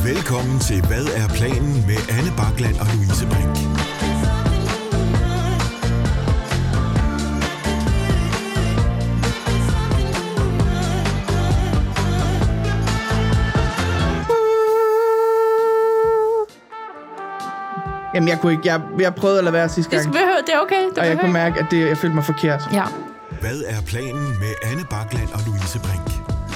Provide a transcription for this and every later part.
Velkommen til Hvad er planen med Anne Bakland og Louise Brink. Jamen, jeg kunne ikke. Jeg prøvede at lade være sidste gang. Det er okay. Og jeg kunne mærke, at jeg følte mig forkert. Ja. Hvad er planen med Anne Bakland og Louise Brink?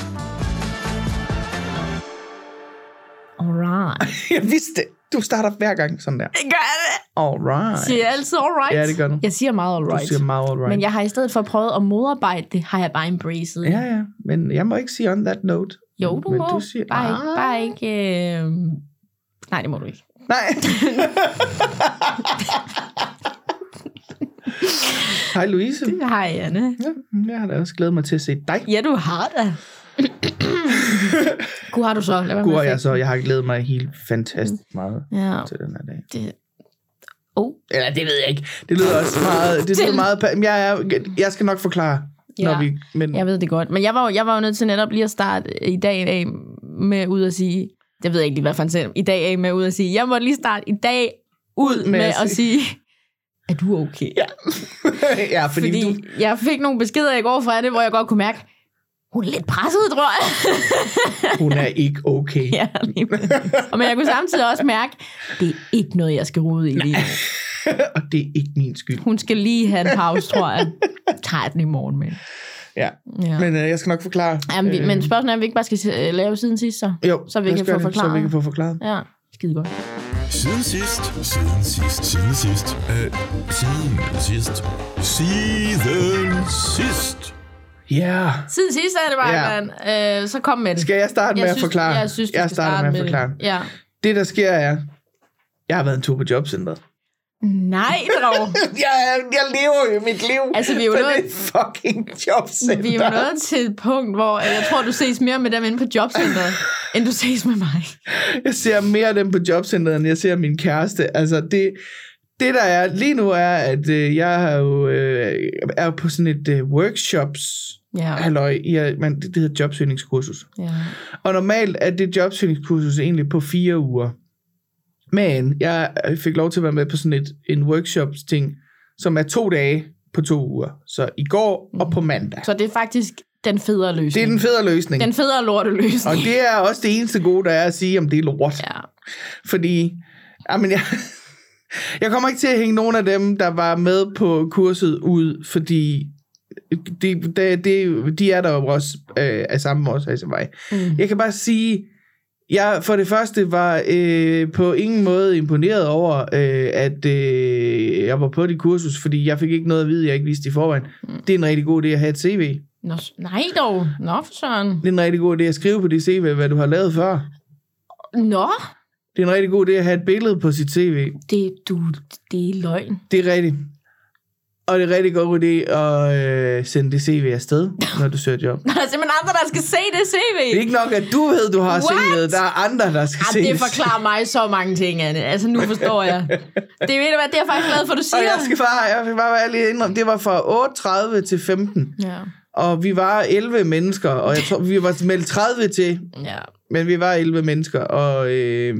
Alright. Jeg vidste det. Du starter hver gang sådan der. Gør det. Alright. Siger jeg altid alright? Ja, det gør du. Jeg siger meget alright. Du siger meget alright. Men jeg har i stedet for prøvet at modarbejde det, har jeg bare embraced. Ja. Men jeg må ikke sige on that note. Jo, du men må. Du siger, bare ikke... Nej, det må du ikke. Nej. Hej Louise. Hej Anne. Ja, jeg har da også glædet mig til at se dig. Ja, du har da. God har du så. God har jeg så. Jeg har glædet mig helt fantastisk meget til den her dag. Eller det ved jeg ikke. Det lyder også meget... Det lyder meget jeg skal nok forklare, når vi... Men... Jeg ved det godt. Men jeg var jo nødt til netop lige at starte i dag af med ud at sige... Jeg ved ikke lige, hvad for en selv. I dag af med ud at sige... Jeg må lige starte i dag ud med at sige... Er du okay? Ja. Ja, fordi jeg fik nogle beskeder i går fra det, hvor jeg godt kunne mærke... Hun er lidt presset, tror jeg. Hun er ikke okay. Ja, men jeg kunne samtidig også mærke, det er ikke noget, jeg skal rode i lige nu. Og det er ikke min skyld. Hun skal lige have en pause, tror jeg. Tager den i morgen, men. Ja. Men jeg skal nok forklare. Jamen, men spørgsmålet er, om vi ikke bare skal lave siden sidst, så? Jo, så vi kan få forklaret. Så vi kan få forklaret. Ja, skide godt. Siden sidst. Ja. Siden sidst er det bare, så kom med det. Skal jeg starte med at forklare? Jeg synes, du skal starte med det. Ja. Det, der sker er, jeg har været en tur på jobcentret. Nej, dog. jeg lever jo mit liv altså, vi er jo på det fucking jobcenter. Vi er jo nået til et punkt, hvor jeg tror, du ses mere med dem inde på jobcentret, end du ses med mig. Jeg ser mere af dem på jobcentret, end jeg ser min kæreste. Altså, det der er lige nu er, at jeg har jo, er på sådan et workshops, halløj, det hedder jobsøgningskursus. Ja. Og normalt er det jobsøgningskursus egentlig på 4 uger. Men jeg fik lov til at være med på sådan en workshops-ting, som er 2 dage på 2 uger. Så i går og på mandag. Så det er faktisk den federe løsning. Det er den federe løsning. Den federe lorteløsning. Og det er også det eneste gode, der er at sige, om det er lort. Ja. Fordi, jeg kommer ikke til at hænge nogen af dem, der var med på kurset ud, fordi de er der jo også af samme årsag som mig. Jeg kan bare sige, jeg for det første var på ingen måde imponeret over, at jeg var på det kursus, fordi jeg fik ikke noget at vide, jeg ikke vidste i forvejen. Det er en rigtig god idé at have et CV. Nej dog. Nå, for søren. Det er en rigtig god idé at skrive på dit CV, hvad du har lavet før. Nå. Det er en rigtig god idé at have et billede på sit CV. Det er løgn. Det er rigtigt. Og det er en rigtig god idé at sende det CV afsted, når du søger job. Der er simpelthen andre, der skal se det CV. Det er ikke nok, at du ved, du har CV'et. Der er andre, der skal se det. Det forklarer mig så mange ting, Anne. Altså, nu forstår jeg. Det er jeg faktisk glad for, du siger. Og jeg skal bare være lige indrømme. Det var fra 8.30 til 15. Ja. Og vi var 11 mennesker, og jeg tror, vi var meldt 30 til. Ja. Men vi var 11 mennesker, og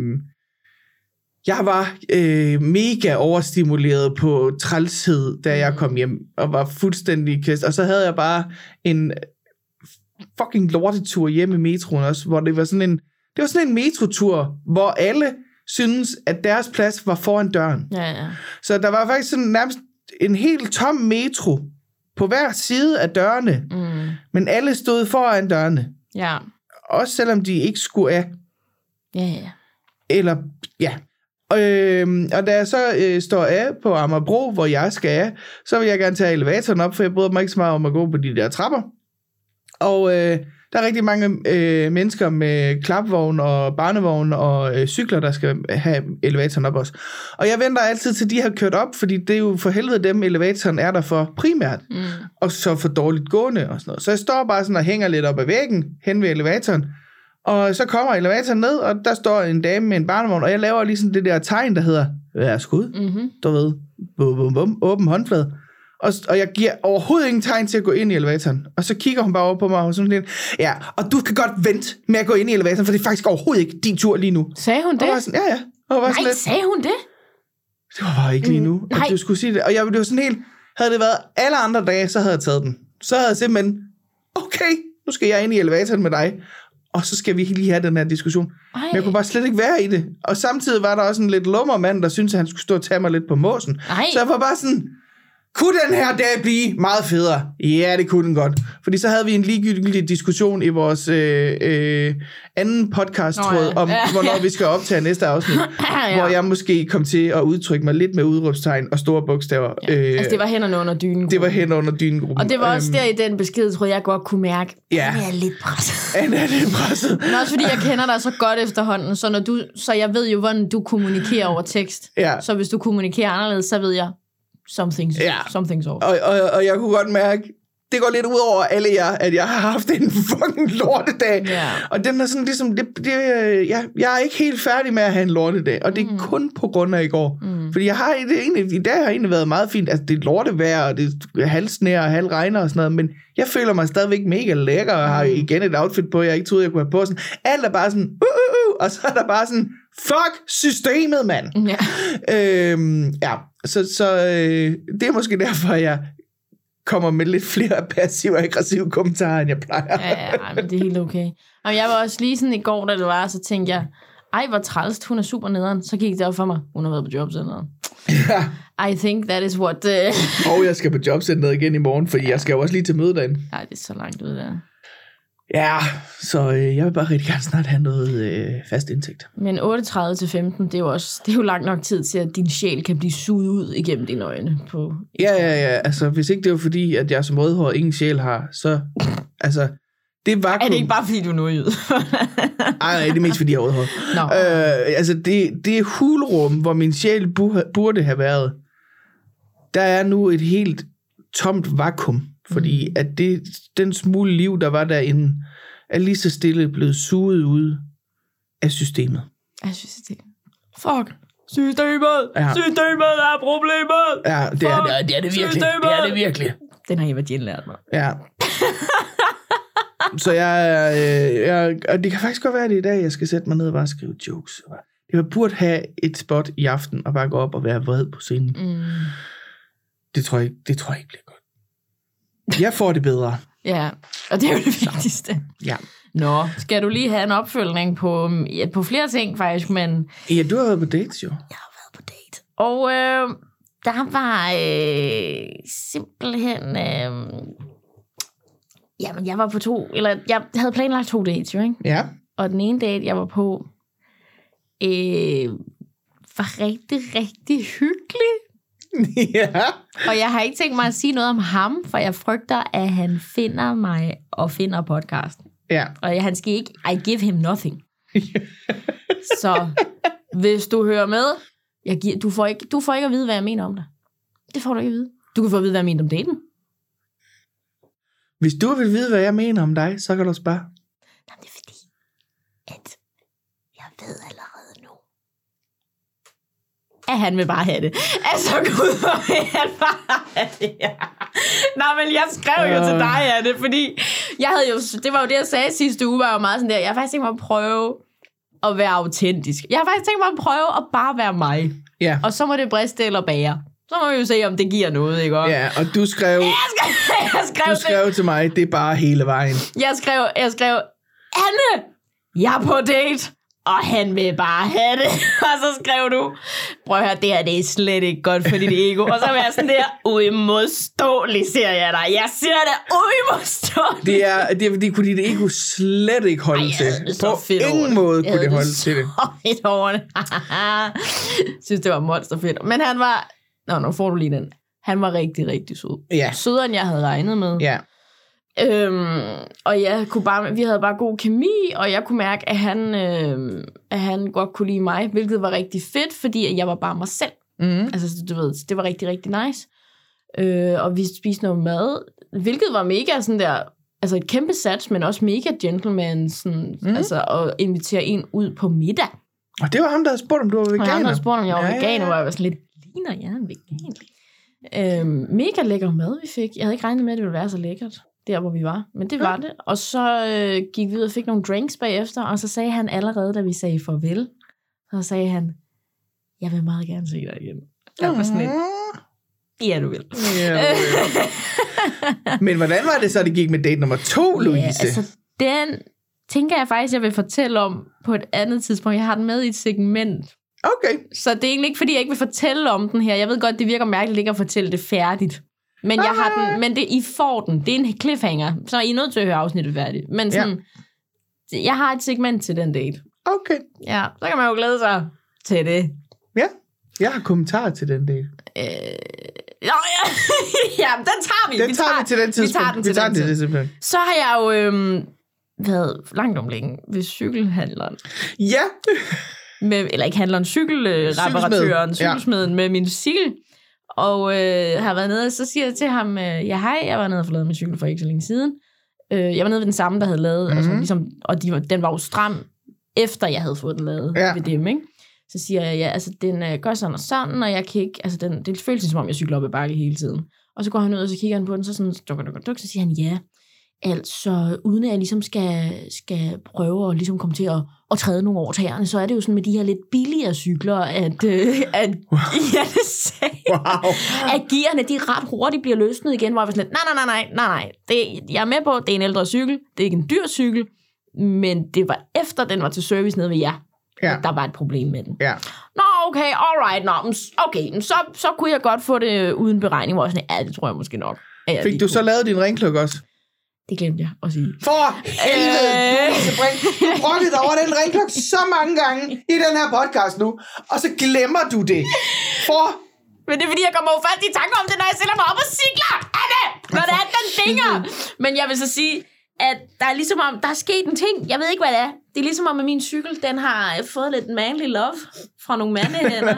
jeg var mega overstimuleret på trælshed, da jeg kom hjem, og var fuldstændig kæst. Og så havde jeg bare en fucking lortetur hjem i metroen også, hvor det var sådan en metrotur, hvor alle synes, at deres plads var foran døren. Ja. Så der var faktisk sådan nærmest en helt tom metro på hver side af dørene, men alle stod foran dørene. Ja. Også selvom de ikke skulle af. Ja. Eller, ja. Og da jeg så står af på Amagerbro, hvor jeg skal af, så vil jeg gerne tage elevatoren op, for jeg bryder mig ikke så meget om at gå på de der trapper. Og der er rigtig mange mennesker med klapvogn og barnevogn og cykler, der skal have elevatoren op også. Og jeg venter altid til de har kørt op, fordi det er jo for helvede dem, elevatoren er der for primært. Og så for dårligt gående og sådan noget. Så jeg står bare sådan og hænger lidt op ad væggen hen ved elevatoren. Og så kommer elevatoren ned, og der står en dame med en barnevogn, og jeg laver lige sådan det der tegn, der hedder, værskud, du ved, bum, bum, bum, åben håndflade. og jeg giver overhovedet ingen tegn til at gå ind i elevatoren. Og så kigger hun bare over på mig, og sådan lidt, ja, og du kan godt vente med at gå ind i elevatoren, for det er faktisk overhovedet ikke din tur lige nu. Sagde hun det? Og var sådan, ja. Og var Nej, sådan lidt, sagde hun det? det var bare ikke lige nu, at du skulle sige det. Og det var sådan helt, havde det været alle andre dage, så havde jeg taget den. Så havde jeg simpelthen, okay, nu skal jeg ind i elevatoren med dig, og så skal vi lige have den her diskussion. Men jeg kunne bare slet ikke være i det. Og samtidig var der også en lidt lummer mand, der syntes, at han skulle stå og tage mig lidt på måsen. Så jeg var bare sådan, kunne den her dag blive meget federe? Ja, det kunne den godt. Fordi så havde vi en ligegyldig diskussion i vores anden podcast-tråd om, hvornår vi skal optage næste afsnit. Hvor jeg måske kom til at udtrykke mig lidt med udråbstegn og store bogstaver. Altså, det var hænderne under dynen. Det var hænder under dynegruppen. Og det var også der i den besked, tror jeg godt kunne mærke, han er lidt presset. Han er lidt presset. Men også fordi jeg kender dig så godt efterhånden, så jeg ved jo, hvordan du kommunikerer over tekst. Ja. Så hvis du kommunikerer anderledes, så ved jeg, something's off. Og jeg kunne godt mærke, det går lidt ud over alle jer, at jeg har haft en fucking lortedag. Yeah. Og den er sådan ligesom, jeg er ikke helt færdig med at have en lortedag. Og det er kun på grund af i går. Fordi i dag har egentlig været meget fint. Altså, det er lortevejr, og det er halvsnær og halvregner og sådan noget. Men jeg føler mig stadigvæk mega lækker, og har igen et outfit på, jeg ikke troede, jeg kunne have på. Sådan. Alt er bare sådan, og så er der bare sådan, fuck systemet, mand. Så det er måske derfor, jeg kommer med lidt flere passive og aggressive kommentarer, end jeg plejer. Ja, men det er helt okay. Og jeg var også lige sådan i går, da det var, så tænkte jeg, ej, hvor trælst, hun er super nederen. Så gik det op for mig, hun har været på jobcenteret. I think that is what... Og jeg skal på jobcenteret igen i morgen, fordi jeg skal jo også lige til møde derinde. Nej, det er så langt ud der. Ja, så jeg vil bare rigtig gerne snart have noget fast indtægt. Men 8:30 til 15, det er jo lang nok tid til, at din sjæl kan blive suget ud igennem dine øjne. Ja, altså hvis ikke det var fordi, at jeg som rødhåret ingen sjæl har, så altså... Det vakuum... Er det ikke bare fordi, du er nordjyd? Nej, det er mest fordi, jeg er rødhåret. Altså det hulrum, hvor min sjæl burde have været, der er nu et helt tomt vakuum. Fordi at den smule liv, der var derinde, er lige så stille blevet suget ud af systemet. Fuck. Systemet! Ja. Systemet er problemet! Ja, det er det virkelig. Systemet! Det er det virkelig. Den har Eva Jane lært mig. Ja. Så og det kan faktisk godt være, at det i dag, jeg skal sætte mig ned og bare skrive jokes. Jeg burde have et spot i aften, og bare gå op og være vred på scenen. Det tror jeg ikke bliver godt. Jeg får det bedre. Ja, og det er jo det vigtigste. Ja. Nå, skal du lige have en opfølgning på flere ting faktisk, men... Ja, du har været på dates jo. Jeg har været på date. Og der var simpelthen... Jamen, jeg var på jeg havde planlagt 2 dates jo, ikke? Ja. Og den ene date, jeg var på, var rigtig, rigtig hyggelig. Ja. Og jeg har ikke tænkt mig at sige noget om ham, for jeg frygter, at han finder mig og finder podcasten. Ja. Og han skal ikke, I give him nothing. Så hvis du hører med, du får ikke at vide, hvad jeg mener om dig. Det får du ikke at vide. Du kan få at vide, hvad jeg mener om daten. Hvis du vil vide, hvad jeg mener om dig, så kan du spørge. Nej, det er fordi, at jeg ved allerede nu, at han vil bare have det. Altså, gud, hvor vil han bare have det. Nej, men jeg skrev jo til dig, Anne, fordi det var jo det, jeg sagde sidste uge, var jo meget sådan der, jeg har faktisk tænkt mig at prøve at være autentisk. Jeg har faktisk tænkt mig at prøve at bare være mig. Ja. Og så må det briste eller bære. Så må vi jo se, om det giver noget, ikke? Ja, og du skrev... Du skrev til mig, det er bare hele vejen. Jeg skrev, Anne, jeg er på date, og han vil bare have det. Og så skrev du, prøv at høre, det her, det er slet ikke godt for dit ego. Og så var jeg sådan der, uimodståelig, siger jeg dig. Jeg siger det, uimodståelig. Det er fordi, kunne dit ego slet ikke holde til. På ingen måde kunne det holde til det. Fedt over det. Synes, det var monsterfedt. Men han var... Nu får du lige den. Han var rigtig, rigtig sød. Ja. Sødere, end jeg havde regnet med. Ja. Og vi havde bare god kemi, og jeg kunne mærke, at han godt kunne lide mig, hvilket var rigtig fedt, fordi jeg var bare mig selv. Altså, du ved, det var rigtig, rigtig nice. Og vi spiste noget mad, hvilket var mega sådan der, altså et kæmpe sats, men også mega gentleman, sådan, altså at invitere en ud på middag. Og det var ham, der havde spurgt, om du var veganer. Og han havde spurgt, om jeg var veganer, og jeg var sådan lidt, ligner jeg en veganer? Mega lækker mad, vi fik. Jeg havde ikke regnet med, at det ville være så lækkert, der hvor vi var. Men det var det. Og så gik vi ud og fik nogle drinks bagefter, og så sagde han allerede, da vi sagde farvel, så sagde han, jeg vil meget gerne se dig igen. Jeg var sådan lidt, ja, du vil. Men hvordan var det så, det gik med date nummer 2, Louise? Ja, altså, den tænker jeg faktisk, jeg vil fortælle om på et andet tidspunkt. Jeg har den med i et segment. Okay. Så det er egentlig ikke, fordi jeg ikke vil fortælle om den her. Jeg ved godt, det virker mærkeligt ikke at fortælle det færdigt. Men jeg har den, men I får den. Det er en cliffhanger, så I er nødt til at høre afsnittet færdigt. Men sådan, jeg har et segment til den date. Okay. Ja, så kan man jo glæde sig til det. Ja, jeg har kommentarer til den date. Ja, den tager vi. Den tager vi til den tidspunkt. Vi tager den til det simpelthen. Så har jeg jo været langt om længe ved cykelhandleren. Ja. Eller ikke handleren, cykelreparatøren, cykelsmeden med min cykel. Og har været nede, og så siger jeg til ham, ja hej, jeg var nede og få lavet min cykel for ikke så længe siden. Jeg var nede ved den samme, der havde lavet, altså, ligesom, og den var jo stram, efter jeg havde fået den lavet ved dem, ikke? Så siger jeg, ja, altså den gør sådan og sådan, og jeg kan ikke, altså det føles som om, jeg cykler op ad bakke hele tiden. Og så går han ud, og så kigger han på den, så sådan, så siger han, ja, altså uden at jeg ligesom skal prøve at ligesom komme til at træde nogle over tæerne, så er det jo sådan med de her lidt billigere cykler, at gearne, de ret hurtigt bliver løsnet igen, hvor jeg var sådan lidt, nej, jeg er med på, det er en ældre cykel, det er ikke en dyr cykel, men det var efter, den var til service nede ved jer. Ja. Der var et problem med den. Ja. Nå, okay, alright, okay, så kunne jeg godt få det uden beregning, hvor jeg sådan, ja, det tror jeg måske nok. Fik du så lavet din ringklokke også? Det glemte jeg at sige. For helvede, du brokkede over den ringklokke så mange gange i den her podcast nu, og så glemmer du det. Men det er fordi, jeg kommer jo fast i tanker om det, når jeg sætter mig op og cykler. Anne! Når det er den dinger. Men jeg vil så sige, at der er ligesom om, der er sket en ting. Jeg ved ikke, hvad det er. Det er ligesom om, at min cykel, den har fået lidt manly love fra nogle mandehænder.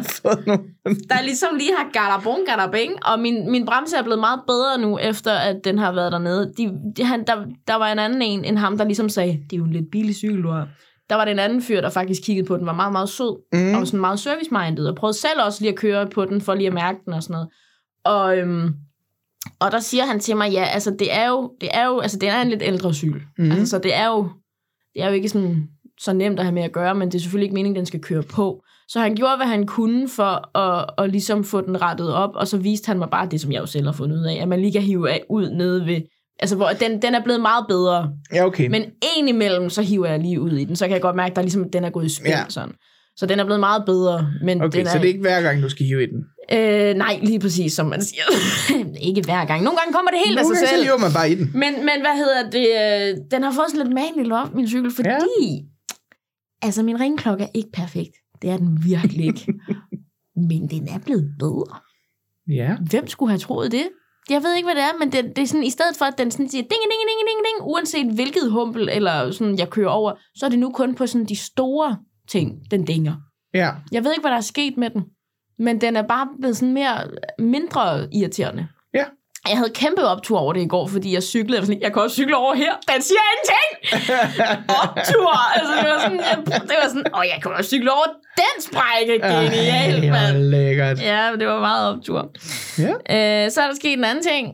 Der ligesom lige har gadabing, og min bremse er blevet meget bedre nu, efter at den har været dernede. Der var en anden end ham, der ligesom sagde, det er jo en lidt billig cykel, du har. Der var det en anden fyr, der faktisk kiggede på den, var meget, meget sød, og sådan meget service-minded, og prøvede selv også lige at køre på den, for lige at mærke den og sådan noget. Og der siger han til mig, ja, altså det er jo, altså det er en lidt ældre cykel. Altså, så det er jo ikke sådan så nemt at have med at gøre, men det er selvfølgelig ikke meningen, den skal køre på. Så han gjorde, hvad han kunne for at ligesom få den rettet op, og så viste han mig bare det, som jeg jo selv har fundet ud af, at man lige kan hive ud nede ved, altså hvor den er blevet meget bedre. Ja, okay. Men indimellem, så hiver jeg lige ud i den, så kan jeg godt mærke, at der ligesom, den er gået i spil, sådan. Så den er blevet meget bedre. Men okay, så det er ikke hver gang, du skal hive i den? Nej, lige præcis, som man siger. Ikke hver gang. Nogle gange kommer det helt af sig selv. Nogle gange så hiver man bare i den. Men hvad hedder det? Den har fået sådan lidt manly love, min cykel, fordi altså min ringklokke er ikke perfekt. Det er den virkelig ikke. Men den er blevet bedre. Ja. Hvem skulle have troet det? Jeg ved ikke, hvad det er, men det er sådan, i stedet for, at den sådan siger, ding, ding, ding, ding, ding, uanset hvilket humpel, eller sådan, jeg kører over, så er det nu kun på sådan de store ting, den dinger. Ja. Jeg ved ikke, hvad der er sket med den, men den er bare blevet sådan mindre irriterende. Ja. Jeg havde kæmpe optur over det i går, fordi jeg cyklede, jeg kan også cykle over her, den siger ingenting! Optur! Altså, det var sådan, jeg kan også cykle over den sprække, genialt, mand. Det var lækkert. Ja, det var meget optur. Ja. Så er der sket en anden ting.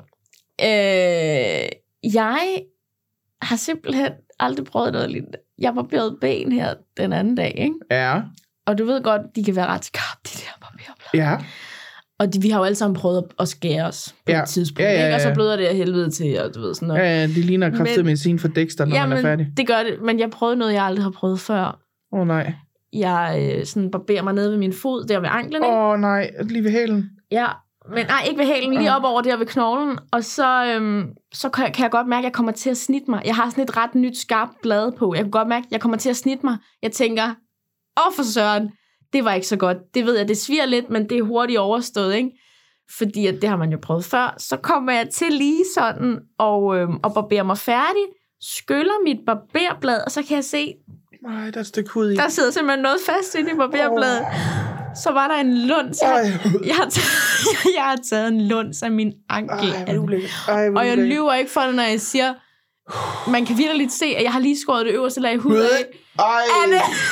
Jeg har simpelthen aldrig prøvet noget lignende. Jeg barberede ben her den anden dag, ikke? Ja. Og du ved godt, de kan være ret skarpe, de der barberblade. Ja. Og vi har jo alle sammen prøvet at skære os på et tidspunkt, ikke? Og så bløder det af helvede til, og du ved sådan noget. Ja, det ligner kraftigt medicin for Dexter, når man er færdig. Det gør det, men jeg prøvede noget, jeg aldrig har prøvet før. Nej. Jeg sådan barberer mig nede ved min fod, der ved anklen, ikke? Nej, lige ved hælen. Ja, men nej, ikke ved hælen, lige op over der ved knoglen. Og så kan jeg godt mærke, at jeg kommer til at snitte mig. Jeg har sådan et ret nyt skarpt blad på. Jeg kan godt mærke, at jeg kommer til at snitte mig. Jeg tænker, for søren, det var ikke så godt. Det ved jeg, det sviger lidt, men det er hurtigt overstået, ikke? Fordi at det har man jo prøvet før. Så kommer jeg til lige sådan og barberer mig færdig, skyller mit barberblad, og så kan jeg se, nej, der er et stykke hud i. Der sidder simpelthen noget fast inde i barberbladet. Så var der en luns. Jeg har taget en luns af min ankel. Og jeg lyver ikke for det, når jeg siger, man kan virkelig se, at jeg har lige skåret det øverste lag hud af. Anne,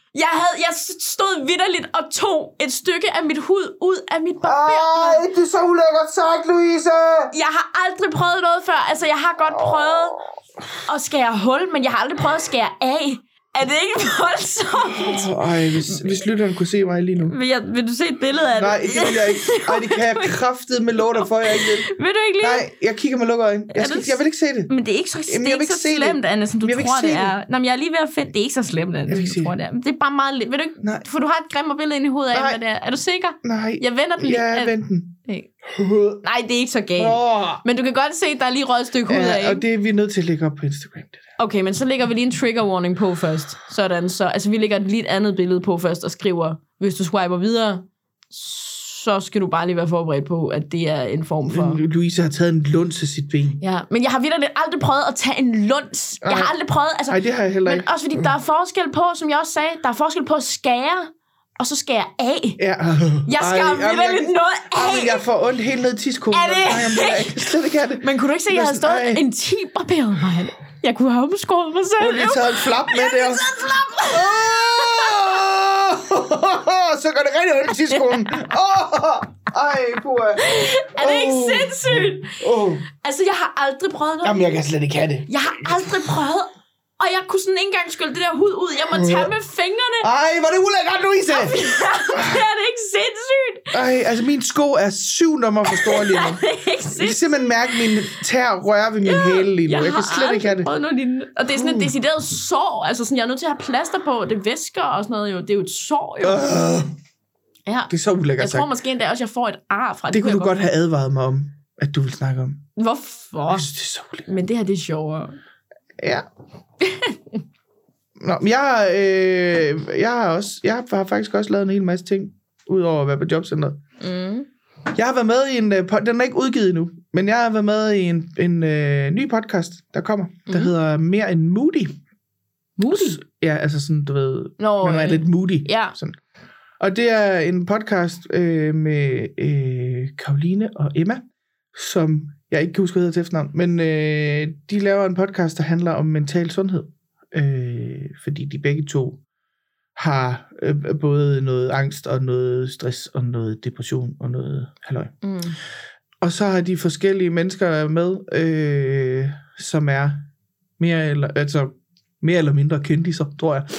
Jeg stod vitterligt og tog et stykke af mit hud ud af mit barberblad. Ej, det er så ulækkert sagt, Louise! Jeg har aldrig prøvet noget før. Altså, jeg har godt prøvet at skære hul, men jeg har aldrig prøvet at skære af. Er det ikke voldsomt? Ej, hvis lytteren kunne se mig lige nu. Vil du se et billede af det? Nej, det vil jeg ikke. Ej, det kan jeg kraftedeme love dig for, jeg ikke vil. Vil du ikke lige? Nej, jeg kigger med lukkede øjne. Jeg vil ikke se det. Men det er ikke så, slemt, Anna, som du tror, det er. Nå, men jeg er lige ved at finde, det er ikke så slemt, Anna, som du tror, det er. Det er bare meget lidt. Vil du ikke? Nej. For du har et grimmere billede inde i hovedet af, hvad det er. Er du sikker? Nej. Jeg vender den lige. Ja, vend den. Nej, det er ikke så galt. Men du kan godt se, at der er lige røget et stykke hud af. Ja, og det er vi nødt til at lægge op på Instagram, det der. Okay, men så lægger vi lige en trigger warning på først. Sådan, så altså vi lægger lige et andet billede på først og skriver, hvis du swiper videre, så skal du bare lige være forberedt på, at det er en form for... Louise har taget en luns af sit ben. Ja, men jeg har vitterligt aldrig prøvet at tage en luns. Jeg har aldrig prøvet... Altså, nej, det har jeg heller ikke. Men også fordi der er forskel på, som jeg også sagde, der er forskel på at skære, og så skære af. Ja. Jeg skærer vitterligt noget af. Ej, jeg får ondt helt ned i tidskolen. Er det? Jeg kan slet ikke have det. Men kunne du ikke se, at jeg havde stået en 10 barberet mig? Jeg kunne have omskåret mig selv. Hun har lige taget en flap med der. Så går det rigtig ondt i tidskolen. Ej, puha. Er det ikke sindssygt? Altså, jeg har aldrig prøvet noget. Jamen, jeg kan slet ikke have det. Jeg har aldrig prøvet. Og jeg kunne sådan ikke engang skylle det der hud ud. Jeg må tage med fingrene. Ej, hvor er det ulækkert, Louise. Er det ikke sindssygt? Ej, altså min sko er 7 nummer for store lige nu. Jeg kan simpelthen mærke min tær røre ved min hæle lige nu. Jeg kan slet ikke have det. Og det er sådan et decideret sår. Altså sådan, jeg er nødt til at have plaster på. Det væsker og sådan noget jo. Det er jo et sår jo. Ja. Det er så ulækkert. Jeg tror måske endda også, jeg får et ar fra det. Det kunne du godt have advaret mig om, at du vil snakke om. Hvorfor? Jeg synes, det er så ulækkert. Men det her, det er sjovere. Ja. Nå, men jeg har faktisk også lavet en hel masse ting, udover at være på jobcentret. Jeg har været med i den er ikke udgivet endnu, men jeg har været med i en ny podcast, der kommer, der hedder Mere end Moody. Moody? Ja, altså sådan, du ved, man er lidt moody. Ja. Sådan. Og det er en podcast med Karoline og Emma, som jeg ikke kan huske, hvad hedder til efternavn, men de laver en podcast, der handler om mental sundhed. Fordi de begge to har både noget angst og noget stress og noget depression og noget halløj. Og så har de forskellige mennesker med, som er mere eller mindre kendiser, tror jeg.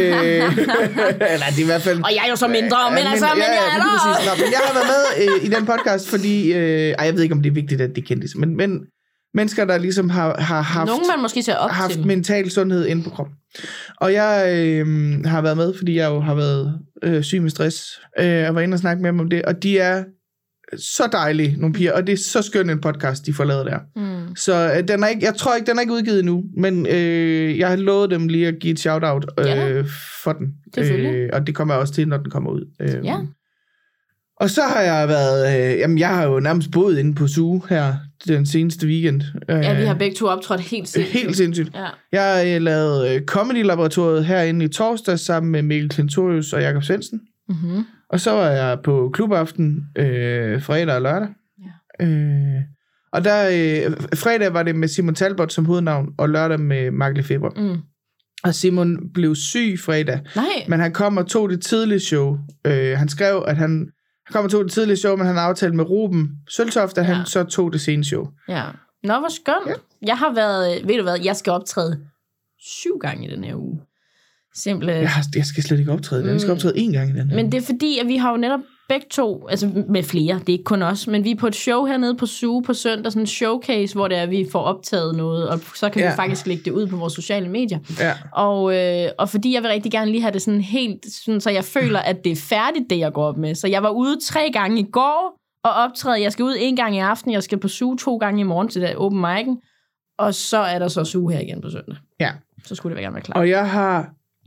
Eller det er i hvert fald... Og jeg er jo så mindre, men jeg er der. Men jeg har været med i den podcast, fordi... jeg ved ikke, om det er vigtigt, at det er kendiser, men mennesker, der ligesom har haft... Nogen, man måske ser op haft til. mental sundhed inde på kroppen. Og jeg har været med, fordi jeg jo har været syg med stress, og var inde og snakke med dem om det, og de er så dejlige, nogle piger, og det er så skøn en podcast, de får lavet der. Så den er ikke, jeg tror ikke, den er ikke udgivet endnu, men jeg har lovet dem lige at give et shout-out for den. Og det kommer jeg også til, når den kommer ud. Ja. Og så har jeg været, jeg har jo nærmest boet inde på Zoo her den seneste weekend. Ja, vi har begge to optrådt helt sindssygt. Helt sindssygt. Ja. Jeg har lavet Comedy-laboratoriet herinde i torsdag sammen med Mikkel Klintorius og Jakob Svendsen. Og så var jeg på klubaften fredag og lørdag. Ja. Og der fredag var det med Simon Talbot som hovednavn, og lørdag med Mark Lefebvre. Og Simon blev syg fredag. Nej. Men han kom og tog det tidlige show. Han skrev, at han kom og tog det tidlige show, men han aftalte med Ruben Søltoft, at han så tog det sene show. Ja. Nå, hvor skønt. Ja. Jeg har været, ved du hvad, jeg skal optræde 7 gange i den her uge. Simpelthen. Jeg skal slet ikke optræde. Jeg skal optræde 1 gang i den her. Men det er fordi, at vi har jo netop begge to, altså med flere, det er ikke kun os, men vi er på et show hernede på Zoo på søndag, sådan en showcase, hvor det er, vi får optaget noget, og så kan vi faktisk lægge det ud på vores sociale medier. Ja. Og fordi jeg vil rigtig gerne lige have det sådan helt, sådan, så jeg føler, at det er færdigt, det jeg går op med. Så jeg var ude 3 gange i går og optræde. Jeg skal ud 1 gang i aften, jeg skal på Zoo 2 gange i morgen til det open mic'en, og så er der så Zoo her igen på søndag. Ja. Så skulle det gerne være klar. Og jeg har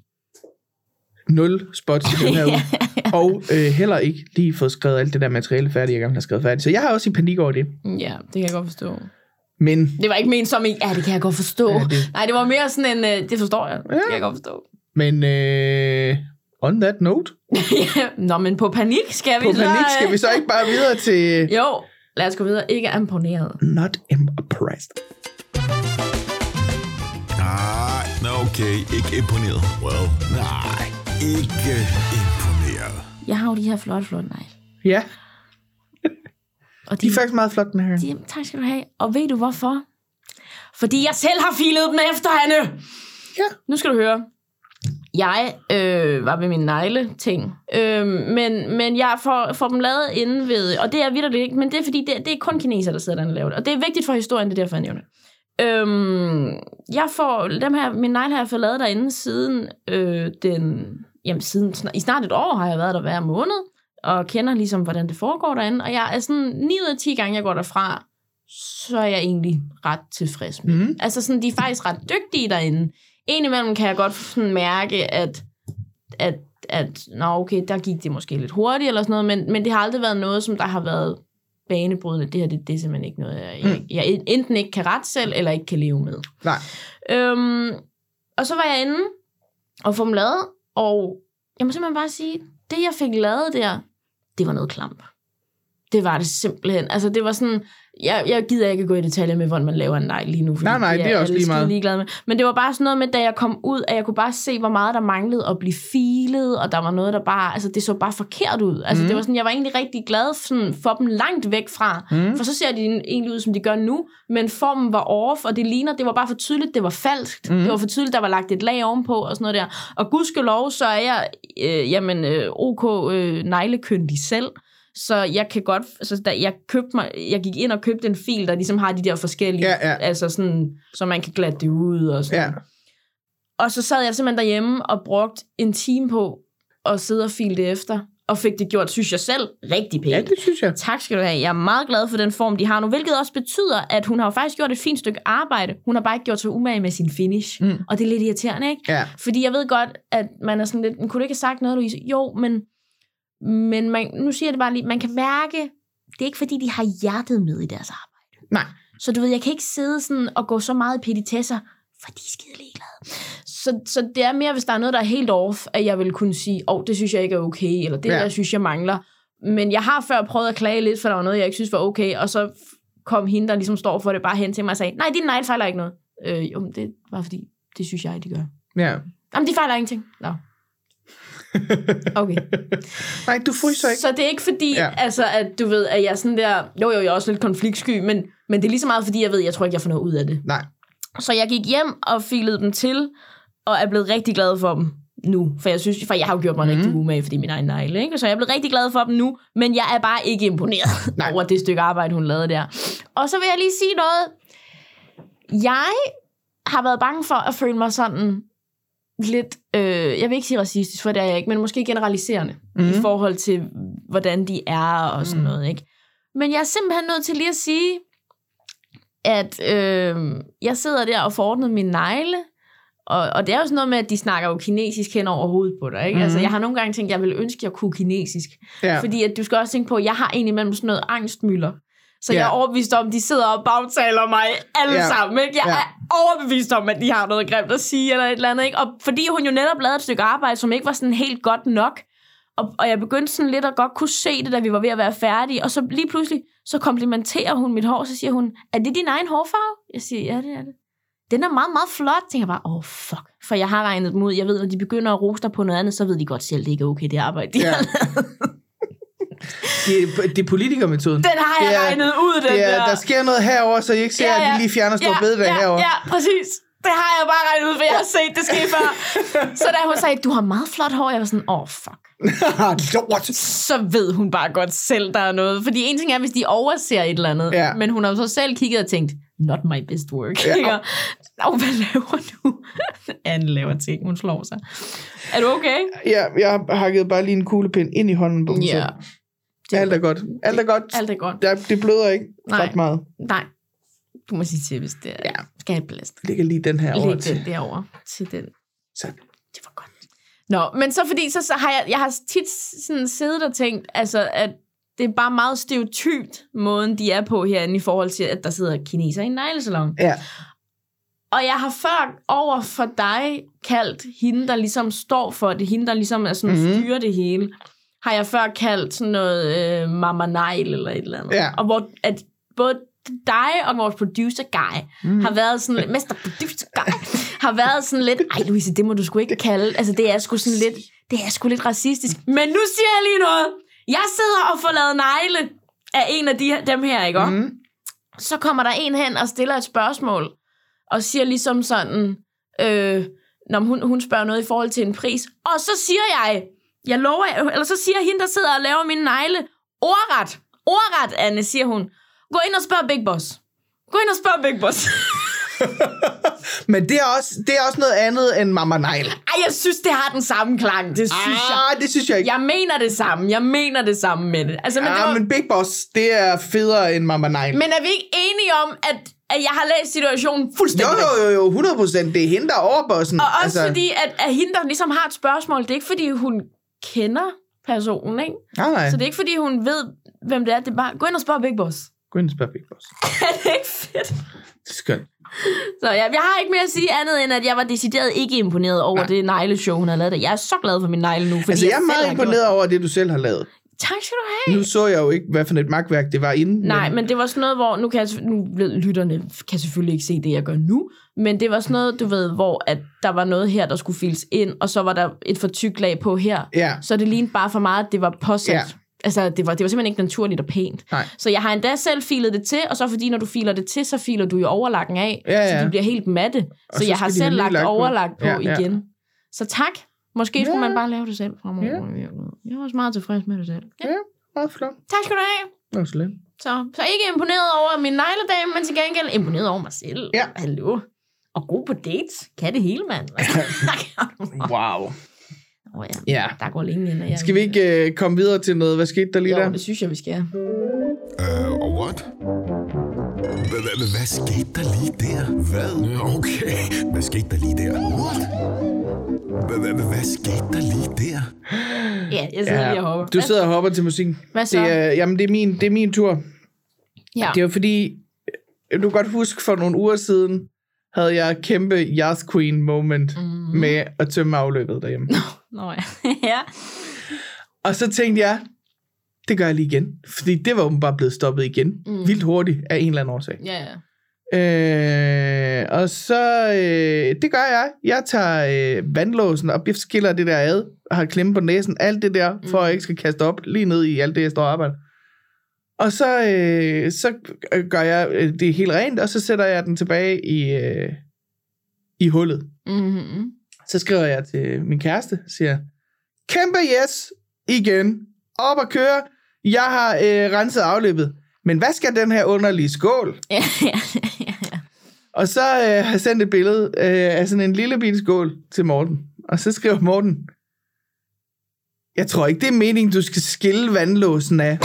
0 spots i den her uge. Og heller ikke lige fået skrevet alt det der materiale færdigt, jeg gerne har skrevet færdigt. Så jeg har også i panik over det. Ja, det kan jeg godt forstå. Men det var ikke ment som en, det kan jeg godt forstå. Ja, nej, det var mere sådan en, det forstår jeg. Det kan jeg godt forstå. Men on that note. Nå, men på panik skal vi skal vi så ikke bare videre til... Jo, lad os gå videre. Ikke imponeret. Not impressed. Okay, ikke imponeret. Well, nej. ikke imponeret. Jeg har jo de her flotte negle. Ja. Og De er faktisk meget flotte, den her. Tak skal du have. Og ved du hvorfor? Fordi jeg selv har filet dem efter, Hanne. Ja. Nu skal du høre. Jeg var ved min negle-ting, men jeg får dem lavet inde ved, og det er vitterligt ikke, men det er fordi, det er kun kineser, der sidder der og laver det, og det er vigtigt for historien, det er derfor, jeg nævner det. Jeg får dem her, min negle har jeg fået lavet derinde siden, i snart et år har jeg været der hver måned, og kender ligesom, hvordan det foregår derinde, og jeg er sådan 9 ud af 10 gange, jeg går derfra, så er jeg egentlig ret tilfreds med. Mm. Altså sådan, de er faktisk ret dygtige derinde. Indimellem kan jeg godt sådan mærke, at okay, der gik det måske lidt hurtigt eller sådan noget, men det har aldrig været noget, som der har været banebrydende. Det her, det er simpelthen ikke noget, jeg enten ikke kan rette selv, eller ikke kan leve med. Nej. Og så var jeg inde og få dem lavet, og jeg må simpelthen bare sige, det jeg fik lavet der, det var noget klamp. Det var det simpelthen. Altså det var sådan, jeg gider ikke gå i detaljer med, hvordan man laver en negl lige nu. Nej, det er også lige meget. Ligeglad med. Men det var bare sådan noget med, da jeg kom ud, at jeg kunne bare se, hvor meget der manglede at blive filet, og der var noget, der bare, altså det så bare forkert ud. Altså det var sådan, jeg var egentlig rigtig glad sådan, for dem langt væk fra, for så ser de egentlig ud, som de gør nu, men formen var off, og det var bare for tydeligt, det var falskt. Det var for tydeligt, der var lagt et lag ovenpå, og sådan noget der. Og gudskelov, så er jeg, neglekyndig selv. Så jeg kan godt, altså jeg gik ind og købte en fil, der ligesom har de der forskellige, altså sådan, så man kan glatte det ud og sådan. Ja. Og så sad jeg simpelthen derhjemme og brugte en time på at sidde og file det efter, og fik det gjort, synes jeg selv, rigtig pænt. Ja, det synes jeg. Tak skal du have. Jeg er meget glad for den form, de har nu, hvilket også betyder, at hun har jo faktisk gjort et fint stykke arbejde. Hun har bare ikke gjort så umage med sin finish. Og det er lidt irriterende, ikke? Ja. Fordi jeg ved godt, at man er sådan lidt, kunne du ikke have sagt noget, Louise? Jo, men nu siger jeg det bare lige, man kan mærke, det er ikke fordi, de har hjertet med i deres arbejde. Nej. Så du ved, jeg kan ikke sidde sådan og gå så meget i petitesser, for de er skide ligeglade. Så det er mere, hvis der er noget, der er helt off, at jeg vil kunne sige, det synes jeg ikke er okay, eller det der synes jeg mangler. Men jeg har før prøvet at klage lidt, for der var noget, jeg ikke synes var okay, og så kom hende, der ligesom står for det, bare hen til mig og sagde, nej, din negle fejler ikke noget. Det var fordi, det synes jeg, de gør. Ja. Jamen, de fejler ingenting. Nå. Okay. Nej, du fryser ikke. Så det er ikke fordi, altså, at du ved, at jeg er sådan der, jeg er også lidt konfliktsky, men det er lige så meget, fordi jeg tror ikke, jeg får noget ud af det. Nej. Så jeg gik hjem og filede dem til, og er blevet rigtig glad for dem nu. For jeg har jo gjort mig rigtig umage, fordi min egen negle, ikke? Så jeg er blevet rigtig glad for dem nu, men jeg er bare ikke imponeret over det stykke arbejde, hun lavede der. Og så vil jeg lige sige noget. Jeg har været bange for at føle mig sådan lidt, jeg vil ikke sige racistisk, for det er jeg ikke, men måske generaliserende i forhold til, hvordan de er og sådan noget, ikke? Men jeg er simpelthen nødt til lige at sige, at jeg sidder der og får ordnet mine negle, og det er jo sådan noget med, at de snakker jo kinesisk hen over hovedet på dig, ikke? Altså, jeg har nogle gange tænkt, at jeg ville ønske, at jeg kunne kinesisk. Ja. Fordi at du skal også tænke på, at jeg har egentlig mellem sådan noget angstmylder. Så jeg er overbevist om, at de sidder og bagtaler mig alle sammen, ikke? Jeg er overbevist om, at de har noget grimt at sige, eller et eller andet, ikke? Og fordi hun jo netop lavede et stykke arbejde, som ikke var sådan helt godt nok, og jeg begyndte sådan lidt at godt kunne se det, da vi var ved at være færdige, og så lige pludselig, så komplimenterer hun mit hår, så siger hun, er det din egen hårfarve? Jeg siger, ja, det er det. Den er meget, meget flot. Jeg tænker bare, fuck. For jeg har regnet dem ud. Jeg ved, når de begynder at rose dig på noget andet, så ved de godt selv, det ikke er okay, det arbejde, de har lavet. Det er politikermetoden. Den har jeg regnet ud, den der. Der sker noget herover, så I ikke ser, at vi lige fjerner store bededag herover. Ja, præcis. Det har jeg bare regnet ud, for jeg har set det ske før. Så da hun sagde, du har meget flot hår, jeg var sådan, fuck. Så ved hun bare godt selv, der er noget. Fordi en ting er, hvis de overser et eller andet, men hun har så selv kigget og tænkt, not my best work. Ja. Hvad laver du? Anne laver ting, hun slår sig. Er du okay? Ja, jeg har hakket bare lige en kuglepind ind i hånden på mig selv. Alt er godt. Alt er godt. Det bløder ikke ret meget. Nej. Du må sige til, hvis det skal have blæst. Jeg lægger lige den her over til. Den derovre til den. Så. Det var godt. Nå, men så fordi, så har jeg har tit sådan siddet og tænkt, altså, at det er bare meget stereotypt, måden de er på herinde, i forhold til, at der sidder kineser i en neglesalon. Ja. Og jeg har før over for dig kaldt hende, der ligesom står for det, hende, der ligesom er sådan styrer det hele, har jeg før kaldt sådan noget mama negl eller et eller andet. Ja. Og hvor at både dig og vores producer Guy har været sådan lidt, mester producer Guy, har været sådan lidt, ej Louise, det må du sgu ikke kalde, altså det er sgu sådan lidt, det er sgu lidt racistisk. Men nu siger jeg lige noget. Jeg sidder og får lavet negle af en af dem her, ikke? Så kommer der en hen og stiller et spørgsmål, og siger ligesom sådan, når hun spørger noget i forhold til en pris. Og så siger jeg lover, eller så siger hende, der sidder og laver mine negle, ordret, Anne, siger hun. Gå ind og spørg Big Boss. Men det er også noget andet end Mama Negl. Ej, jeg synes, det har den samme klang. Det synes jeg ikke. Jeg mener det samme med det. Altså, men Big Boss, det er federe end Mama Negl. Men er vi ikke enige om, at jeg har læst situationen fuldstændig? Jo, 100%. Det er hende, der er overbossen. Og også fordi, at hende, der ligesom har et spørgsmål, det er ikke fordi, hun kender personen, ikke? Nej. Så det er ikke fordi, hun ved, hvem det er. Det er bare, gå ind og spørg Big Boss. Gå ind og spørg Big Boss. Er det ikke fedt? Det er skønt. Så jeg har ikke mere at sige andet, end at jeg var decideret ikke imponeret over det negleshow, hun har lavet. Jeg er så glad for min negle nu. Fordi jeg er meget imponeret over det, du selv har lavet. Tak skal du have. Nu så jeg jo ikke, hvad for et magtværk det var inden. Nej, men det var sådan noget, hvor... lytterne kan selvfølgelig ikke se det, jeg gør nu. Men det var sådan noget, du ved, hvor at der var noget her, der skulle files ind, og så var der et for tykt lag på her. Ja. Så det lignede bare for meget, at det var påsat. Ja. Altså, det var simpelthen ikke naturligt og pænt. Nej. Så jeg har endda selv filet det til, og så fordi, når du filer det til, så filer du jo overlakken af, så de bliver helt matte. Så jeg har selv lagt overlagt på igen. Så tak. Måske skulle man bare lave det selv fremover. Ja. Jeg var også meget tilfreds med det selv. Ja, meget flot. Tak skal du have. Det var så lidt. Så ikke imponeret over min negledame, men til gengæld imponeret over mig selv. Ja. Hallo. Og god på dates. Kan det hele, mand. Wow. Ja. Der går længe ind. Skal vi ikke komme videre til noget? Hvad skete der lige der? Jo, det synes jeg, vi skal. What? Hvad skete der lige der? Hvad? Okay. Hvad skete der lige der? What? Hvad skete der lige der? Ja, jeg sidder lige og hopper. Du sidder og hopper til musikken. Hvad så? Det er min tur. Ja. Det er jo fordi, du kan godt huske, for nogle uger siden, havde jeg kæmpe Yacht Queen moment med at tømme afløbet derhjemme. Nå ja. Ja. Og så tænkte jeg, det gør jeg lige igen. Fordi det var åbenbart blevet stoppet igen. Vildt hurtigt af en eller anden årsag. Ja. Og så, det gør jeg. Jeg tager vandlåsen op, jeg skiller det der ad, og har klemme på næsen, alt det der, for at jeg ikke skal kaste op lige ned i alt det, jeg står og arbejder. Og så gør jeg det helt rent, og så sætter jeg den tilbage i hullet. Mm-hmm. Så skriver jeg til min kæreste, siger, kæmpe yes, igen, op og køre, jeg har renset afløbet. Men hvad skal den her underlige skål? Ja. Og så har jeg sendt et billede af sådan en lille bitte skål til Morten. Og så skriver Morten, jeg tror ikke, det er meningen, du skal skille vandlåsen af.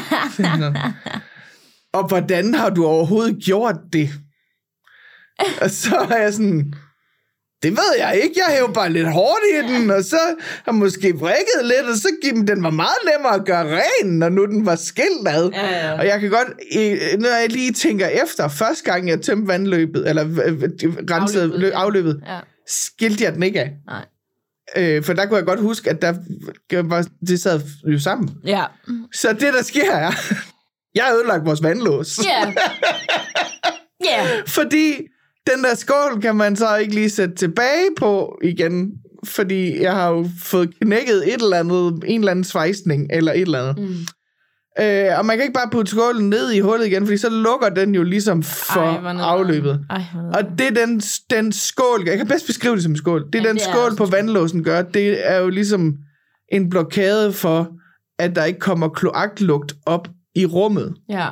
Og hvordan har du overhovedet gjort det? Og så er jeg sådan, det ved jeg ikke, jeg hæver bare lidt hårdt i den, og så har måske vrikket lidt, og så den var meget nemmere at gøre ren, når nu den var skilt ad. Ja. Og jeg kan godt, når jeg lige tænker efter, første gang jeg tømte vandløbet, eller rensede afløbet, skilte jeg den ikke af. Nej. For der kunne jeg godt huske, at det sad jo sammen. Ja. Så det, der sker er, jeg har ødelagt vores vandlås. Ja. Ja. Fordi den der skål kan man så ikke lige sætte tilbage på igen, fordi jeg har jo fået knækket en eller anden svejsning, eller et eller andet. Og man kan ikke bare putte skålen ned i hullet igen, fordi så lukker den jo ligesom for afløbet. Og det er den skål, jeg kan bedst beskrive det som en skål, det er den skål på vandlåsen gør, det er jo ligesom en blokade for, at der ikke kommer kloaklugt op i rummet. Ja.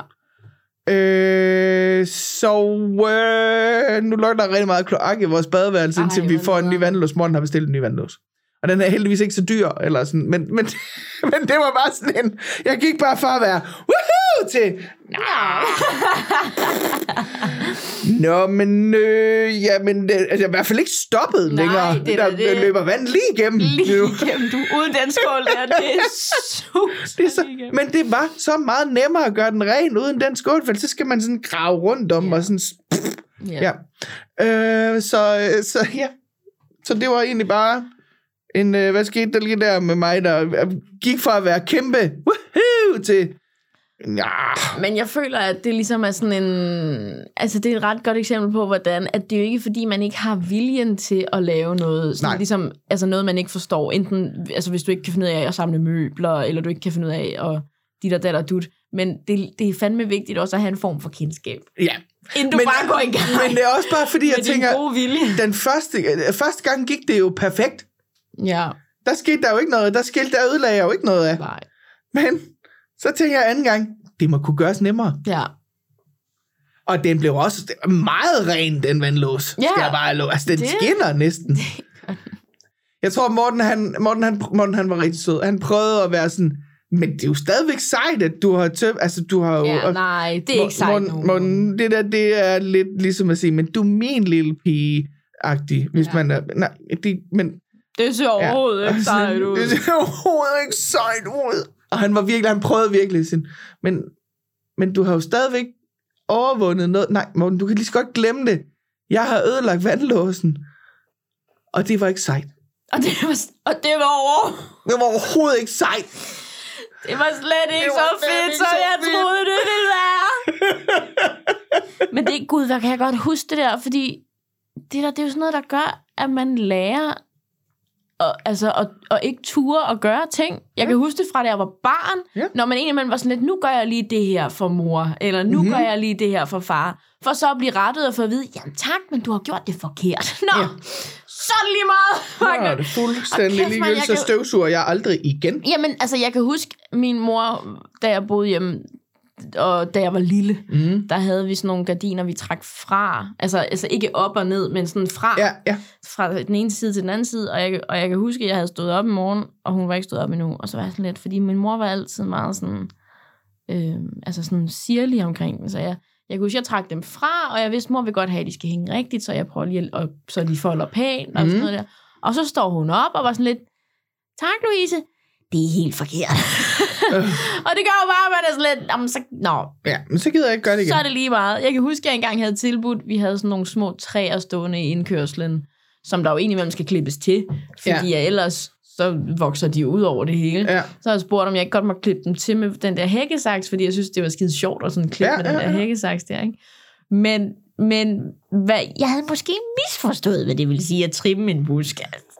Nu lugter der rigtig meget kloak i vores badeværelse, indtil vi får en ny vandlås. Morten har bestilt en ny vandlås. Og den er heldigvis ikke så dyr, eller sådan, men det var bare sådan en, jeg gik bare fra at være, woohoo, til, nå, men, men jeg er i hvert fald ikke stoppet længere. Der løber vand lige igennem. Du, uden den skål der, det er så, men det var så meget nemmere at gøre den ren uden den skål, for så skal man sådan grave rundt om, og sådan, så det var egentlig bare hvad skete der lige der med mig, der gik fra at være kæmpe woohoo, til Ja. Men jeg føler, at det ligesom er sådan en... Altså, det er et ret godt eksempel på, hvordan... At det er jo ikke, fordi man ikke har viljen til at lave noget... Sådan ligesom, altså noget, man ikke forstår. Enten, altså hvis du ikke kan finde ud af at samle møbler, eller du ikke kan finde ud af at dit og dat og dut. Men det er fandme vigtigt også at have en form for kendskab. Ja. Inden du bare går i gang. Men det er også bare, fordi jeg tænker... Den første gang gik det jo perfekt. Ja. Der skete der jo ikke noget. Der ødelagde jeg jo ikke noget af. Nej. Men så tænker jeg anden gang, det må kunne gøres nemmere. Ja. Og den blev også meget ren, den vandlås. Ja. Skal jeg bare love. Altså, den skinner næsten. Jeg tror, Morten han var rigtig sød. Han prøvede at være sådan, men det er jo stadigvæk sejt, at du har tømt. Altså, du har jo... Ja, nej, det er ikke sejt Morten, det er lidt ligesom at sige, men du er min lille pige-agtig, hvis man er... Nej, men... Det ser overhovedet ikke sejt ud. Det ser overhovedet ikke sejt ud. Og han prøvede virkelig sin... Men du har jo stadigvæk overvundet noget. Nej, Morten, du kan lige så godt glemme det. Jeg har ødelagt vandlåsen. Og det var ikke sejt. Og det var overhovedet ikke sejt. Det var slet ikke så fedt, som jeg troede, det ville være. Men det er gud, hvad kan jeg godt huske det der, fordi det er jo sådan noget, der gør, at man lærer og ikke ture at gøre ting. Jeg kan huske det fra, da jeg var barn, når man egentlig var sådan lidt, nu gør jeg lige det her for mor, eller nu gør jeg lige det her for far, for så at blive rettet og få at vide, jamen tak, men du har gjort det forkert. Nå, så lige meget. Nå, det er fuldstændig ligegyldigt, så støvsuger jeg aldrig igen. Jamen, altså, jeg kan huske, min mor, da jeg boede hjemme, og da jeg var lille, der havde vi sådan nogle gardiner, vi trak fra. Altså ikke op og ned, men sådan fra. Ja. Fra den ene side til den anden side. Og jeg kan huske, at jeg havde stået op i morgen, og hun var ikke stået op endnu. Og så var jeg sådan lidt, fordi min mor var altid meget sådan, sådan sirlig omkring. Så jeg kan huske, at jeg trak dem fra, og jeg vidste, mor vil godt have, at de skal hænge rigtigt, så jeg prøver lige, så de folder pænt og sådan noget der. Og så står hun op og var sådan lidt, tak Louise, det er helt forkert. Og det gør jo bare, at man er sådan lidt, jamen, så, ja, men så gider jeg ikke gøre det igen. Så er det lige meget. Jeg kan huske, at jeg engang havde tilbudt, vi havde sådan nogle små træer stående i indkørslen, som der jo indimellem skal klippes til, fordi ellers så vokser de ud over det hele. Ja. Så har jeg spurgt, om jeg ikke godt må klippe dem til med den der hækkesaks, fordi jeg synes, det var skide sjovt at sådan klippe med den der hækkesaks der, ikke? Men jeg havde måske misforstået, hvad det ville sige at trimme en busk.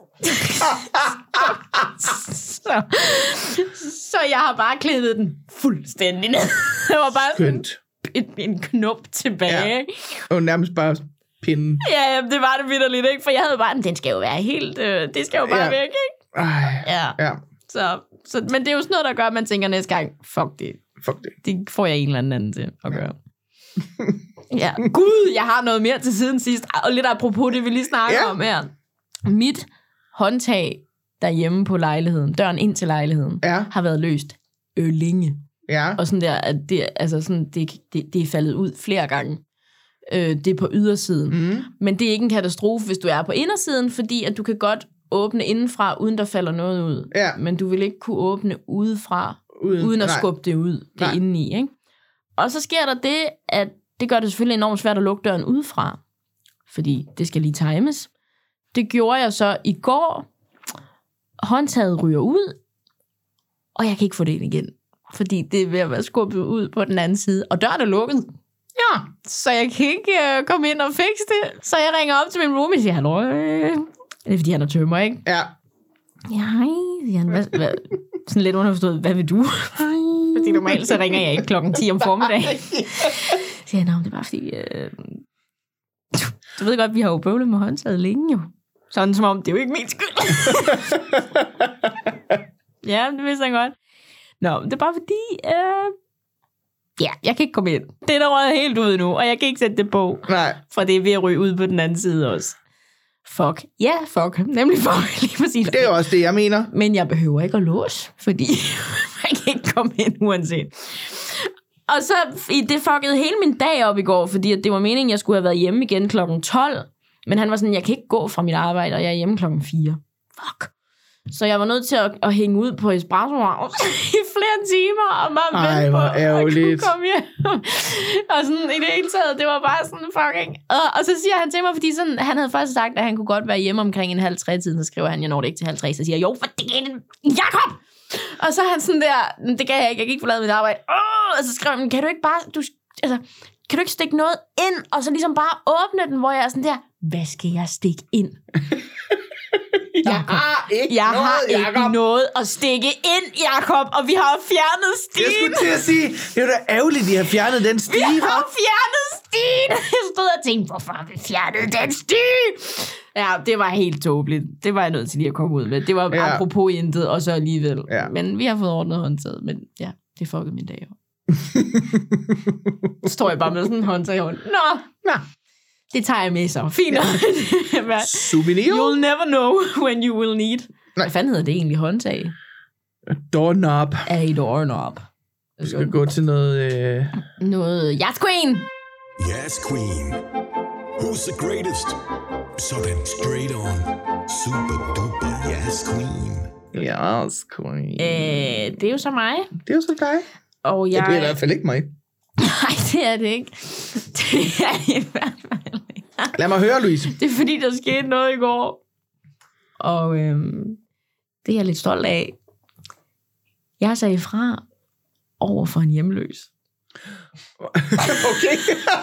Så jeg har bare klippet den fuldstændig ned. Det var bare skønt. En knop tilbage. Ja. Og nærmest bare pinden. Ja, det var det vitterligt, ikke? For jeg havde bare, den skal jo være helt, det skal jo bare væk, ikke? Ja. Så, men det er jo sådan noget, der gør, at man tænker næste gang, fuck det. Det får jeg en eller anden til at gøre. Ja. Gud, jeg har noget mere til siden sidst. Og lidt apropos det, vi lige snakker om her. Mit håndtag derhjemme på lejligheden, døren ind til lejligheden, har været løst længe. Ja. Og sådan der, at det er faldet ud flere gange. Det er på ydersiden. Men det er ikke en katastrofe, hvis du er på indersiden, fordi at du kan godt åbne indenfra, uden der falder noget ud. Ja. Men du vil ikke kunne åbne udefra, uden at skubbe det ud, det indeni, ikke? Og så sker der det, at det gør det selvfølgelig enormt svært at lukke døren udefra, fordi det skal lige times. Det gjorde jeg så i går. Håndtaget ryger ud, og jeg kan ikke få det ind igen, fordi det er ved at være skubbet ud på den anden side, og døren er lukket. Ja, så jeg kan ikke komme ind og fikse det. Så jeg ringer op til min roomie og siger, hallo, det er fordi, han er tømmer, ikke? Ja. Ja, hej, siger han. Hvad? Sådan lidt underforstået, hvad vil du? Fordi normalt så ringer jeg ikke 10:00 om formiddagen. Så siger han, det er bare fordi, du ved godt, vi har jo bøvlet med håndtaget længe jo. Sådan som om, det er jo ikke min skyld. Ja, det vidste han godt. Nå, det er bare fordi, jeg kan ikke komme ind. Det er der røget helt ud nu, og jeg kan ikke sætte det på. Nej. For det er ved at ryge ud på den anden side også. Fuck. Ja, fuck. Nemlig fuck, lige præcis. Det er jo også det, jeg mener. Men jeg behøver ikke at låse, fordi man kan ikke komme ind uanset. Og så, det fuckede hele min dag op i går, fordi det var meningen, jeg skulle have været hjemme igen 12. Men han var sådan, jeg kan ikke gå fra mit arbejde, og jeg er hjemme 4. Fuck. Så jeg var nødt til at hænge ud på Espresso House i flere timer, og bare vente på, at jeg kunne komme hjem. Og sådan i det hele taget, det var bare sådan fucking... Og så siger han til mig, fordi sådan, han havde først sagt, at han kunne godt være hjemme omkring 2:30, så skriver han, jeg når det ikke til 2:30, så siger jeg, jo, for det Jakob! Og så er han sådan der, det kan jeg ikke forlade mit arbejde. Og så skrev han, kan du ikke bare, kan du ikke stikke noget ind, og så ligesom bare åbne den, hvor jeg er sådan der, hvad skal jeg stikke ind? Jeg har ikke noget at stikke ind, Jakob, og vi har fjernet stigen. Jeg skulle til at sige, det er da ærgerligt, de har fjernet den stige. Vi har fjernet stigen. Jeg stod og tænkte, hvorfor har vi fjernet den stige? Ja, det var helt tåbeligt. Det var jeg nødt til lige at komme ud med. Det var apropos intet, og så alligevel. Ja. Men vi har fået ordnet håndtaget. Men ja, det fuckede min dag. Så står jeg bare med sådan en håndtag i hånden. Nå. Det tager jeg med så. Fint. Souvenir? You'll never know when you will need. Hvad fanden hedder det egentlig, håndtag? Doorknob. A doorknob. Du skal gå til noget... Noget Yes Queen. Yes Queen. Who's the greatest? Sådan straight on. Super duper Yes Queen. Yes Queen. Det er jo så mig. Det er jo så dig. Og det er i hvert fald ikke mig. Nej, det er det ikke. Det er i hvert fald ikke. Lad mig høre, Louise. Det er fordi, der skete noget i går. Og det er jeg lidt stolt af. Jeg har sagt fra over for en hjemløs. Okay.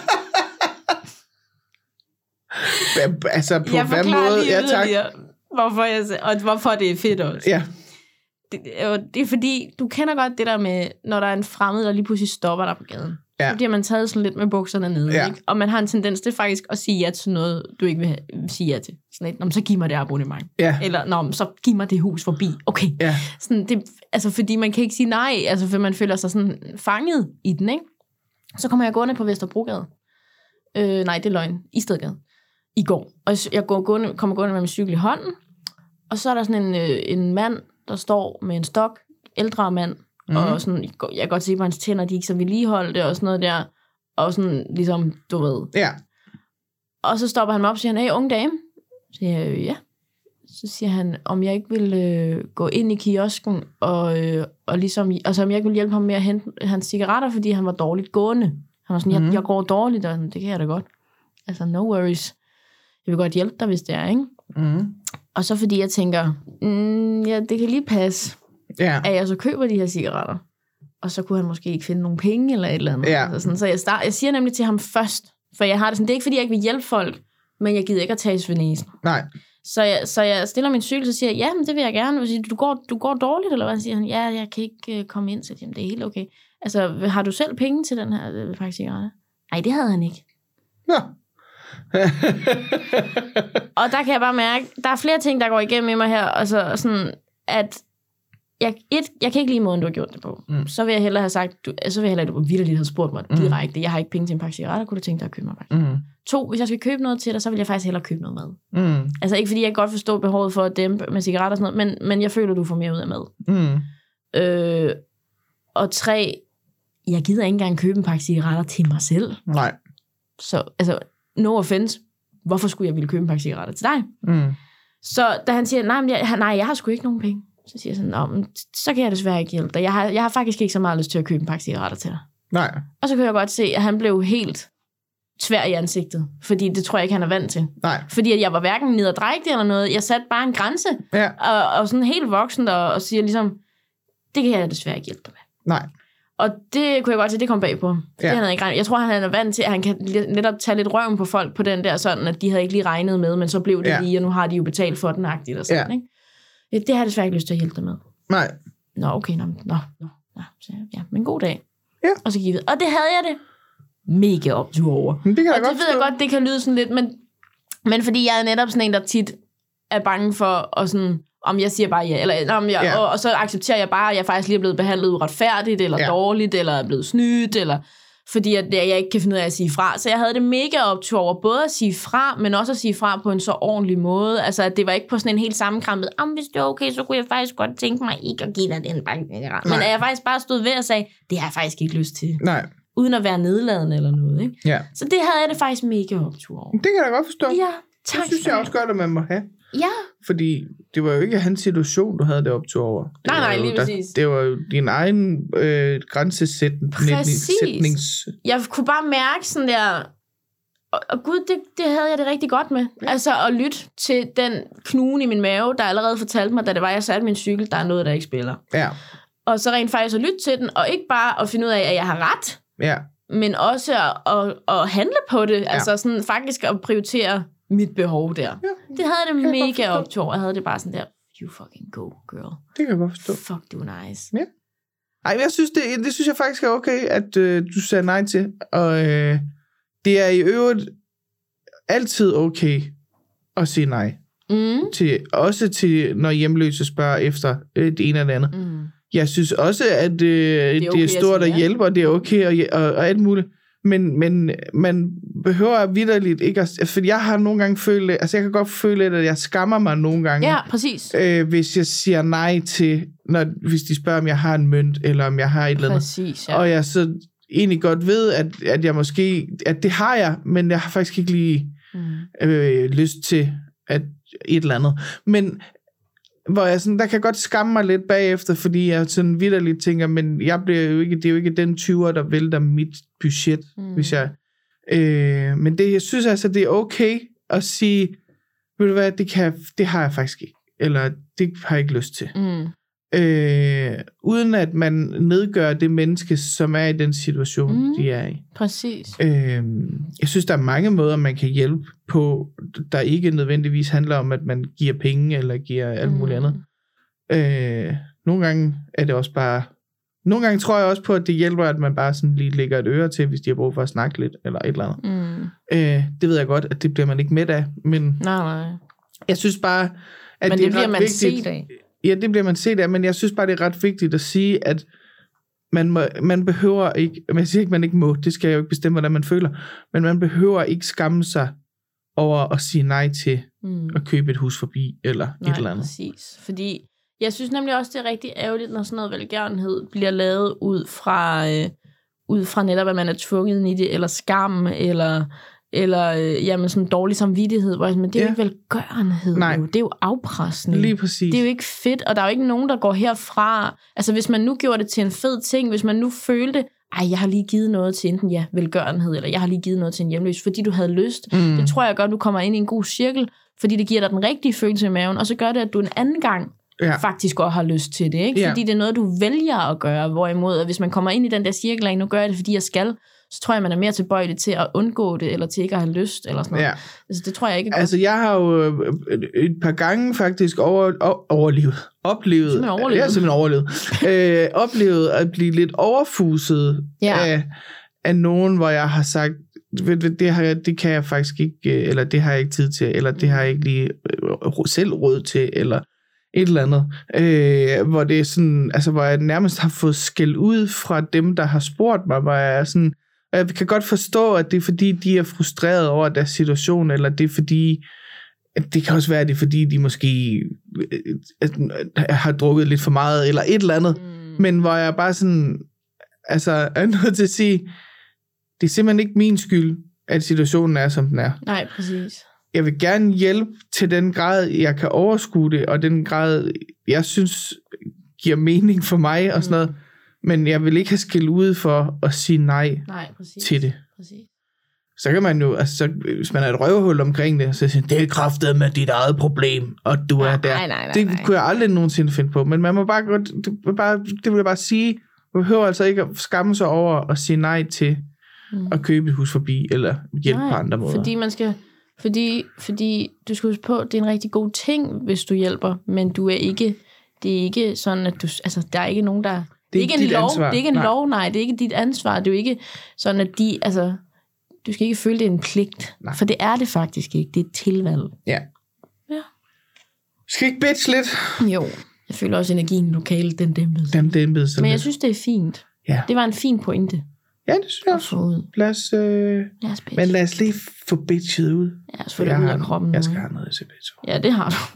Altså, på hvad måde? Ja, tak. Hvorfor det er fedt også. Ja. Det er fordi, du kender godt det der med, når der er en fremmed, der lige pludselig stopper dig på gaden. Ja. Så bliver man taget sådan lidt med bukserne nede, ikke? Og man har en tendens til faktisk at sige ja til noget, du ikke vil sige ja til. Sådan et, så giv mig det abonnement. Ja. Eller, så giv mig det hus forbi. Okay. Ja. Sådan, det, altså, fordi man kan ikke sige nej, altså, for man føler sig sådan fanget i den, ikke? Så kommer jeg gående på Vesterbrogade. Nej, det er løgn. Istedgade. I går. Og jeg kommer gående med min cykel i hånden, og så er der sådan en mand, der står med en stok, ældre mand, og sådan, jeg kan godt se på hans tænder, de ikke så vedligeholdte, og sådan noget der, og sådan, ligesom, du ved. Ja. Og så stopper han mig op og siger, hey, unge dame. Så siger jeg, ja. Så siger han, om jeg ikke vil gå ind i kiosken, og ligesom, altså om jeg ikke vil hjælpe ham med at hente hans cigaretter, fordi han var dårligt gående. Han var sådan, jeg går dårligt, og det kan jeg da godt. Altså, no worries. Jeg vil godt hjælpe dig, hvis det er, ikke? Og så fordi jeg tænker, ja, det kan lige passe, at jeg så køber de her cigaretter. Og så kunne han måske ikke finde nogen penge eller et eller andet. Ja. Altså sådan, så jeg siger nemlig til ham først, for jeg har det sådan, det er ikke fordi, jeg ikke vil hjælpe folk, men jeg gider ikke at tage svenesen. Nej. Så jeg stiller min cykel, så siger jeg, ja, men det vil jeg gerne. Siger, du går dårligt, eller hvad? Så siger han, ja, jeg kan ikke komme ind. Så jamen, det er helt okay. Altså, har du selv penge til den her pakke cigaretter? Nej, det havde han ikke. Ja. Og der kan jeg bare mærke, der er flere ting, der går igennem i mig her, altså sådan, at jeg kan ikke lide måden, du har gjort det på. Så vil jeg hellere have sagt, så vil jeg hellere, at du vitterligt havde spurgt mig direkte, jeg har ikke penge til en pakke cigaretter, kunne du tænke dig at købe mig en pakke? 2, hvis jeg skal købe noget til dig, så vil jeg faktisk hellere købe noget mad. Altså ikke fordi jeg godt forstår behovet for at dæmpe med cigaretter og sådan noget, men jeg føler, du får mere ud af mad. Og 3, jeg gider ikke engang købe en pakke cigaretter til mig selv. Nej. Så altså, no offense, hvorfor skulle jeg ville købe en pakke cigaretter til dig? Så da han siger, nej, jeg har sgu ikke nogen penge. Så siger jeg sådan, så kan jeg desværre ikke hjælpe dig. Jeg har faktisk ikke så meget lyst til at købe en pakke cigaretter til dig. Nej. Og så kunne jeg godt se, at han blev helt tvær i ansigtet. Fordi det tror jeg ikke, han er vant til. Nej. Fordi at jeg var hverken nederdrægtig eller noget. Jeg satte bare en grænse. Ja. Og sådan helt voksen og siger ligesom, det kan jeg desværre ikke hjælpe dig med. Nej. Og det kunne jeg godt se, det kom bag på ham. Ja. Det han ikke regnet. Jeg tror, han er vant til, at han kan netop tage lidt røven på folk på den der sådan, at de havde ikke lige regnet med, men så blev det lige, og nu har de jo betalt for den agtigt og sådan, ikke? Det har jeg desværre ikke lyst til at hjælpe dig med. Nej. Nå, okay, nå. Så, ja, men god dag. Ja. Og så gik vi. Og det havde jeg det mega optur over. Det kan jeg godt ved jeg godt, det kan lyde sådan lidt, men fordi jeg er netop sådan en, der tit er bange for at sådan, om jeg siger bare ja, eller og så accepterer jeg bare, at jeg faktisk lige er blevet behandlet uretfærdigt, eller dårligt, eller er blevet snydt, eller fordi at jeg ikke kan finde ud af at sige fra. Så jeg havde det mega optur over både at sige fra, men også at sige fra på en så ordentlig måde. Altså, at det var ikke på sådan en helt sammenkrammet, hvis det er okay, så kunne jeg faktisk godt tænke mig ikke at give dig den bank. Men at jeg faktisk bare stod ved og sagde, det har jeg faktisk ikke lyst til. Nej. Uden at være nedladende eller noget, ikke? Ja. Så det havde jeg det faktisk mega optur over. Det kan jeg godt forstå. Ja, tak. Det synes jeg også godt, at man må have. Ja. Fordi det var jo ikke hans situation, du havde det optur over. Nej, lige præcis. Det var jo din egen grænsesætning. Præcis. Jeg kunne bare mærke sådan der, Og gud, det havde jeg det rigtig godt med. Ja. Altså at lytte til den knugen i min mave, der allerede fortalte mig, da det var, jeg satte min cykel, der er noget, der ikke spiller. Ja. Og så rent faktisk at lytte til den, og ikke bare at finde ud af, at jeg har ret, men også at handle på det. Altså sådan faktisk at prioritere mit behov der. Ja, det havde det mega optur. Jeg havde det bare sådan der, you fucking go, girl. Det kan jeg godt forstå. Fuck, du er nice. Ja. Ej, men jeg synes, det synes jeg faktisk er okay, at du sagde nej til. Og det er i øvrigt altid okay at sige nej. Også til, når hjemløse spørger efter det ene eller det andet. Jeg synes også, at det er stort at hjælpe, og det er okay og alt muligt. Men man behøver vitterligt ikke at... For jeg har nogle gange følt... Altså, jeg kan godt føle, at jeg skammer mig nogle gange. Ja, præcis. Hvis jeg siger nej til... Hvis de spørger, om jeg har en mønt, eller om jeg har et eller andet. Præcis, ja. Og jeg så egentlig godt ved, at jeg måske... At det har jeg, men jeg har faktisk ikke lige lyst til at et eller andet. Men... Hvor jeg sådan, der kan godt skamme mig lidt bagefter, fordi jeg sådan vitterligt tænker, men jeg bliver jo ikke, det er jo ikke den 20'er, der vælter mit budget, hvis jeg... men det, jeg synes altså, det er okay at sige, ved du hvad, det har jeg faktisk ikke, eller det har jeg ikke lyst til. Uden at man nedgør det menneske, som er i den situation, de er i. Præcis. Jeg synes, der er mange måder, man kan hjælpe på, der ikke nødvendigvis handler om, at man giver penge, eller giver alt muligt andet. Nogle gange er det også bare... Nogle gange tror jeg også på, at det hjælper, at man bare sådan lige lægger et øre til, hvis de har brug for at snakke lidt, eller et eller andet. Det ved jeg godt, at det bliver man ikke med af, men... Nej. Jeg synes bare, at men det er bliver ret man vigtigt... set af. Ja, det bliver man set af, men jeg synes bare, det er ret vigtigt at sige, at man behøver ikke, jeg siger ikke, man ikke må, det skal jeg jo ikke bestemme, hvordan man føler, men man behøver ikke skamme sig over at sige nej til at købe et hus forbi, eller et eller andet. Præcis, fordi jeg synes nemlig også, det er rigtig ærgerligt, når sådan noget velgørenhed bliver lavet ud fra netop, at man er tvunget ind i det, eller skam, eller jamen sådan dårlig samvittighed, men det er jo ikke velgørenhed. Nej. Det er jo afpresning. Lige præcis. Det er jo ikke fedt, og der er jo ikke nogen, der går herfra. Altså hvis man nu gjorde det til en fed ting, hvis man nu følte, jeg har lige givet noget til enten velgørenhed, eller jeg har lige givet noget til en hjemløs, fordi du havde lyst. Det tror jeg godt, du kommer ind i en god cirkel, fordi det giver dig den rigtige følelse i maven, og så gør det, at du en anden gang faktisk også har lyst til det, ikke? Fordi det er noget, du vælger at gøre, hvorimod, at hvis man kommer ind i den der cirkel, nu gør jeg det, fordi jeg skal, så tror jeg, man er mere tilbøjelig til at undgå det, eller til ikke at have lyst, eller sådan noget. Ja. Altså, det tror jeg ikke er godt. Altså, jeg har jo et par gange faktisk oplevet oplevet at blive lidt overfuset af nogen, hvor jeg har sagt, det kan jeg faktisk ikke, eller det har jeg ikke tid til, eller det har jeg ikke lige selv råd til, eller et eller andet, hvor det er sådan, altså hvor jeg nærmest har fået skæld ud fra dem, der har spurgt mig, hvor jeg er sådan, og jeg kan godt forstå, at det er fordi, de er frustreret over deres situation, eller det er fordi, det kan også være, at det er fordi, de måske har drukket lidt for meget, eller et eller andet, men hvor jeg bare sådan, altså er nødt til at sige, det er simpelthen ikke min skyld, at situationen er, som den er. Nej, præcis. Jeg vil gerne hjælpe til den grad, jeg kan overskue det, og den grad, jeg synes, giver mening for mig og sådan noget. Men jeg vil ikke have skæld ud for at sige nej til det. Præcis. Så kan man jo, altså, hvis man er et røvhul omkring det, så siger det er kraftet med dit eget problem, og du er der. Nej. Det kunne jeg aldrig nogensinde finde på. Men man må bare godt, det vil jeg bare sige, man behøver altså ikke at skamme sig over at sige nej til at købe et hus forbi, eller hjælpe på andre måder. Fordi man skal... Fordi du skal huske på, det er en rigtig god ting, hvis du hjælper, men det er ikke sådan, at du, altså, der er ikke nogen, der... Det er ikke en lov, ansvar. Det er ikke en lov, nej, det er ikke dit ansvar, det er jo ikke sådan, at du skal ikke føle, det er en pligt, for det er det faktisk ikke, det er et tilvalg. Ja. Skal ikke bitch lidt? Jo, jeg føler også, energien i lokalet, den dæmpede. Men jeg synes, det er fint. Ja. Det var en fin pointe. Ja, det synes jeg også. Lad os lige få bitchet ud. Ja, så få det ud af kroppen. Jeg skal have noget til bitch. Ja, det har du.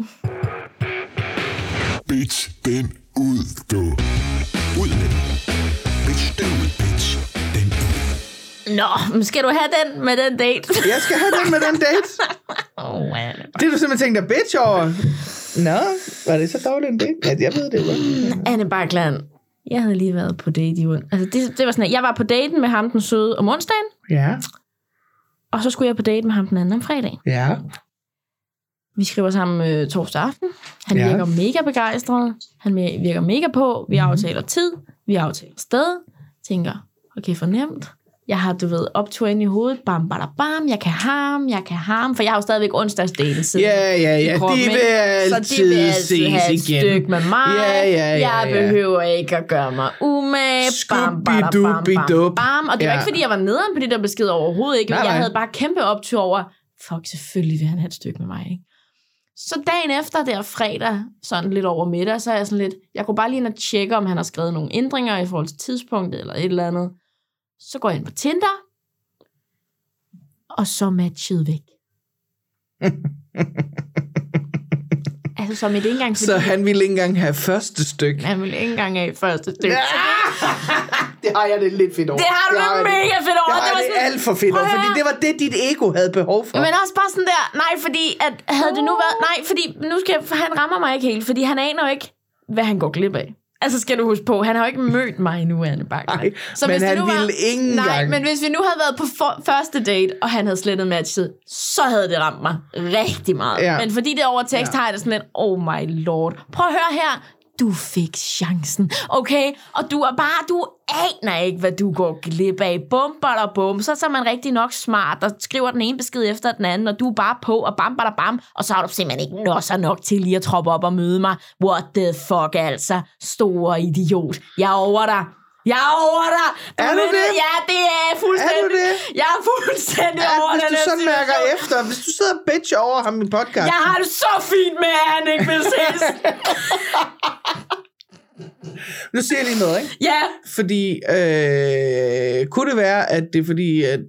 Bitch den ud, du. Ud med den. Bitch den ud, bitch den ud. Nå, skal du have den med den date? Jeg skal have den med den date. Det er du simpelthen tænkt dig bitch over. Nå, var det så dårligt en date? Ja, jeg ved det jo. Anne Bakland. Jeg havde lige været på date i altså det var sådan, at jeg var på daten med ham den søde om onsdagen. Ja. Og så skulle jeg på date med ham den anden om fredag. Ja. Vi skriver sammen torsdag aften. Han virker mega begejstret. Han virker mega på. Vi aftaler tid. Vi aftaler sted. Tænker, okay, fornemt. Jeg har, du ved, optur ind i hovedet. Bam, bada, bam. Jeg kan ham. For jeg har jo stadigvæk onsdagsdaten siden. Ja. Kroppen, de vil altid ses have et igen. stykke med mig. Jeg behøver ikke at gøre mig umage. Bam, bada, bam, bam, bam. Og det var ikke, fordi jeg var nederen på de der beskeder overhovedet. Ikke? Jeg havde bare kæmpe optur over, fuck, selvfølgelig vil han have et stykke med mig. Ikke? Så dagen efter, der fredag, sådan lidt over middag, så er jeg sådan lidt, jeg kunne bare lige ind og tjekke, om han har skrevet nogle ændringer i forhold til tidspunktet, eller et eller andet. Så går jeg ind på Tinder, og så matchet væk. Altså som et engang... Så han ville ikke engang have første stykke. Han ville ikke engang have første stykke. Ja! Det har jeg det lidt fedt over. Det har du det mega fedt over. Det var det alt for fedt over, fordi det var det, dit ego havde behov for. Men også bare sådan der, nej, fordi at havde det nu været... Nej, fordi nu skal han rammer mig ikke helt, fordi han aner jo ikke, hvad han går glip af. Altså skal du huske på, han har jo ikke mødt mig endnu, Anne Bakker. Nej, så men han ville ingen gang. Nej, men hvis vi nu havde været på første date, og han havde slettet matchet, så havde det ramt mig rigtig meget. Ja. Men fordi det er over tekst, har jeg det sådan lidt, oh my lord. Prøv at høre her. Du fik chancen, okay? Og du aner ikke, hvad du går glip af. Bum, bada, bum. Så er man rigtig nok smart, og skriver den ene besked efter den anden, og du er bare på, og bam, bada, bam. Og så har du simpelthen ikke nosser nok til lige at troppe op og møde mig. What the fuck, altså? Store idiot. Jeg er over dig. Er du det? Ja, det er fuldstændig. Er du det? Jeg er fuldstændig over den. Hvis du sådan mærker efter, hvis du sidder og bitcher over ham i podcast. Jeg har det så fint med, at han ikke vil ses. Nu siger jeg lige noget, ikke? Ja. Fordi, kunne det være, at det er fordi, at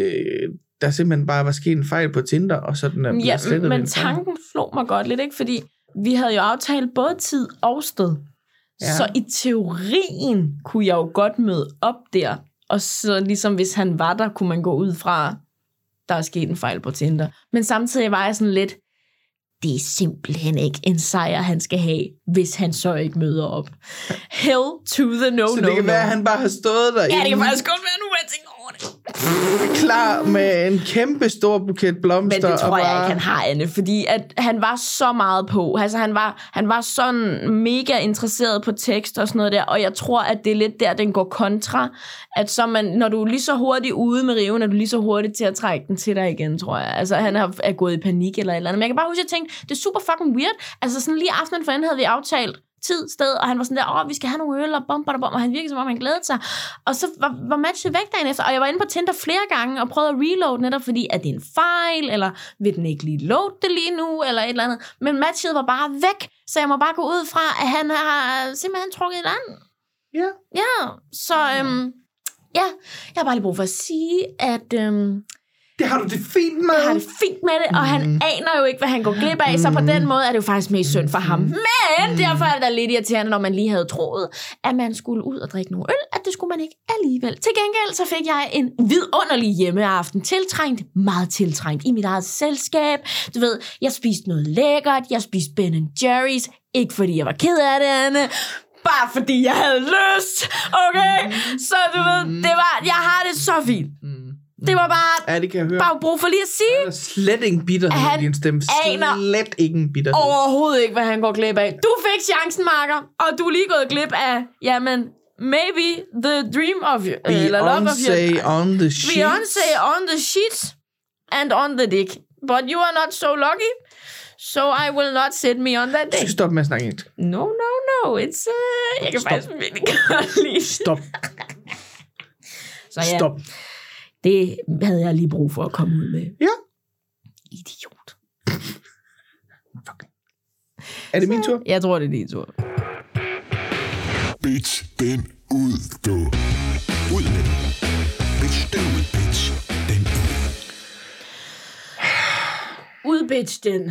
der simpelthen bare var sket en fejl på Tinder, og så den er blevet slettet? Men tanken slog mig godt lidt, ikke? Fordi vi havde jo aftalt både tid og sted. Ja. Så i teorien kunne jeg jo godt møde op der, og så ligesom hvis han var der, kunne man gå ud fra, der er sket en fejl på Tinder. Men samtidig var jeg sådan lidt, det er simpelthen ikke en sejr, han skal have, hvis han så ikke møder op. Hell to the no. Så det kan være, at han bare har stået der. Ja, det kan faktisk godt være nu, jeg tænker over det. Klar med en kæmpe stor buket blomster. Men det tror jeg ikke, han har, Anne, fordi at han var så meget på. Altså, han var sådan mega interesseret på tekst og sådan noget der, og jeg tror, at det er lidt der, den går kontra, at så når du er lige så hurtigt ude med riven, er du lige så hurtigt til at trække den til dig igen, tror jeg. Altså, han er gået i panik eller et eller andet. Men jeg kan bare huske, at jeg tænkte, det er super fucking weird. Altså, sådan lige aftenen forinden havde vi aftalt tid, sted, og han var sådan der, vi skal have nogle øl, og bom, og han virkede som om, han glædede sig. Og så var matchet væk dagen efter, og jeg var inde på Tinder flere gange, og prøvede at reload netop, fordi er det en fejl, eller vil den ikke lige load det lige nu, eller et eller andet. Men matchet var bare væk, så jeg må bare gå ud fra, at han har simpelthen trukket et andet. Ja. Ja, så jeg har bare lige brug for at sige, at det har du det fint med. Jeg har det fint med det, og han aner jo ikke, hvad han går glip af, så på den måde er det jo faktisk mest synd for ham. Men derfor er det da lidt irriterende, når man lige havde troet, at man skulle ud og drikke nogle øl, at det skulle man ikke alligevel. Til gengæld så fik jeg en vidunderlig hjemmeaften, meget tiltrængt i mit eget selskab. Du ved, jeg spiste noget lækkert, jeg spiste Ben & Jerry's, ikke fordi jeg var ked af det, Anne, bare fordi jeg havde lyst, okay? Så du ved, jeg har det så fint. Det var bare, det kan jeg høre. Bare brug for lige at sige. Der er slet ingen bitterhed i din stemme. Slet ingen bitterhed. Overhovedet ikke, hvad han går glip af. Du fik chancen, Marker, og du er lige gået glip af, jamen, maybe the dream of you. Eller love of you. Beyoncé on the sheets. Beyoncé on the sheets and on the dick. But you are not so lucky, so I will not set me on that day. Stop med at snakke engelsk. No. It's, jeg kan faktisk virkelig godt lide. Stop. Så ja. Stop. Det havde jeg lige brug for at komme ud med. Ja. Idiot. Okay. Er det min tur? Jeg tror, det er din tur. Bitch, den ud, du. Ud med den. Bitch, den ud, bitch. Den ud. Ud, bitch, den.